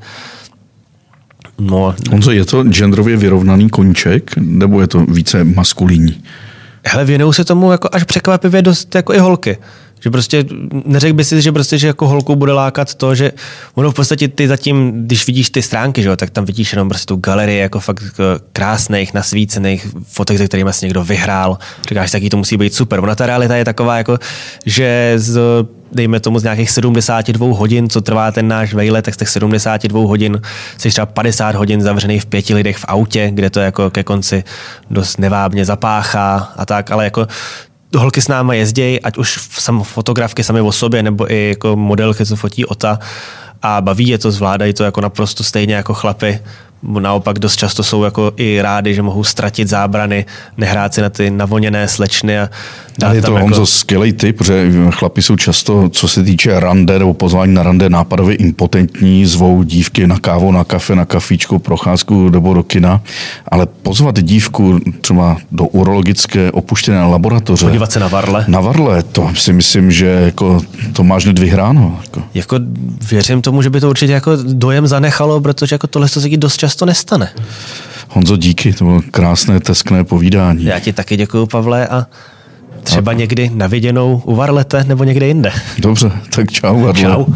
No. Honzo, je to genderově vyrovnaný koníček, nebo je to více maskulinní? Hele, věnují se tomu jako až překvapivě dost jako i holky. Že prostě neřekl by si, že prostě, že jako holku bude lákat to, že ono v podstatě ty zatím, když vidíš ty stránky, že jo, tak tam vidíš jenom prostě tu galerii jako fakt krásných, nasvícených fotek, se kterými si někdo vyhrál. Říkáš, taký to musí být super. Ona ta realita je taková jako, že dejme tomu z nějakých 72 hodin, co trvá ten náš vejlet, tak z těch 72 hodin jsi třeba 50 hodin zavřený v 5 lidech v autě, kde to jako ke konci dost nevábně zapáchá a tak, ale jako holky s náma jezdějí, ať už fotografky sami o sobě, nebo i jako modelky, co fotí Ota a baví je to, zvládají to jako naprosto stejně jako chlapy. Naopak dost často jsou jako i rádi, že mohou ztratit zábrany, nehrát si na ty navoněné slečny a je to Honzo skvělý tip, protože chlapi jsou často, co se týče rande nebo pozvání na rande, nápadově impotentní, zvou dívky na kávu, na kafe, na kafíčku, procházku nebo do kina, ale pozvat dívku třeba do urologické opuštěné laboratoře. Podívat se na varle. Na varle, to si myslím, že jako to máš hned vyhráno. Jako věřím tomu, že by to určitě jako dojem zanechalo, protože jako tohle se dost často nestane. Honzo, díky, to bylo krásné, teskné povídání. Já ti taky děkuju, Pavle, a třeba někdy na viděnou u Varlete nebo někde jinde. Dobře, tak čau. Varle. Čau.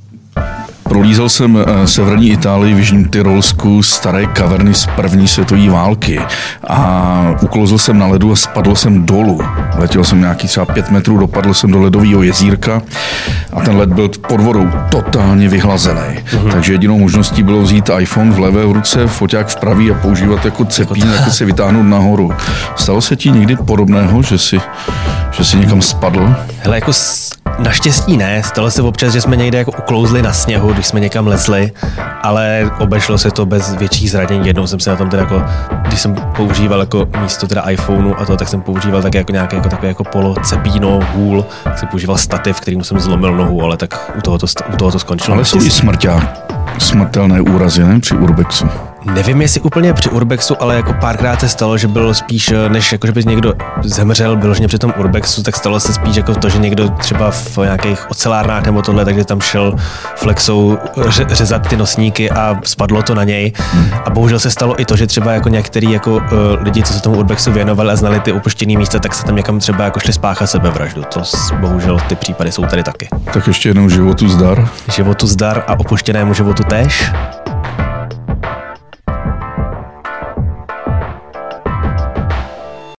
Prolízel jsem severní Itálii v Jižním Tyrolsku, staré kaverny z první světové války a uklouzl jsem na ledu a spadl jsem dolů. Letěl jsem nějaký třeba 5 metrů, dopadl jsem do ledového jezírka a ten led byl pod vodou totálně vyhlazený. Takže jedinou možností bylo vzít iPhone v levé ruce, foťák v pravý a používat jako cepín, jako se vytáhnout nahoru. Stalo se ti někdy podobného, že jsi někam spadl? Hele, jako naštěstí ne, stalo se občas, že jsme někde jako uklouzli na sněhu, když jsme někam lezli, ale obešlo se to bez větších zranění. Jednou jsem se na tom teda jako, když jsem používal jako místo teda iPhoneu a to, tak jsem používal tak jako nějaké jako takové jako polocepíno, hůl, tak jsem používal stativ, kterým jsem zlomil nohu, ale tak u toho to skončilo. Ale jsou i smrtelné úrazy, ne, při urbexu. Nevím, jestli úplně při urbexu, ale jako párkrát se stalo, že bylo spíš, než jako, že by někdo zemřel vyloženě při tom urbexu, tak stalo se spíš jako to, že někdo třeba v nějakých ocelárnách nebo tohle, takže tam šel flexou řezat ty nosníky a spadlo to na něj. A bohužel se stalo i to, že třeba jako některý jako lidi, co se tomu urbexu věnovali a znali ty opuštěný místa, tak se tam někam třeba jako šli spáchat sebevraždu. To bohužel ty případy jsou tady taky. Tak ještě jednou životu zdar. Životu zdar a opuštěnému životu též.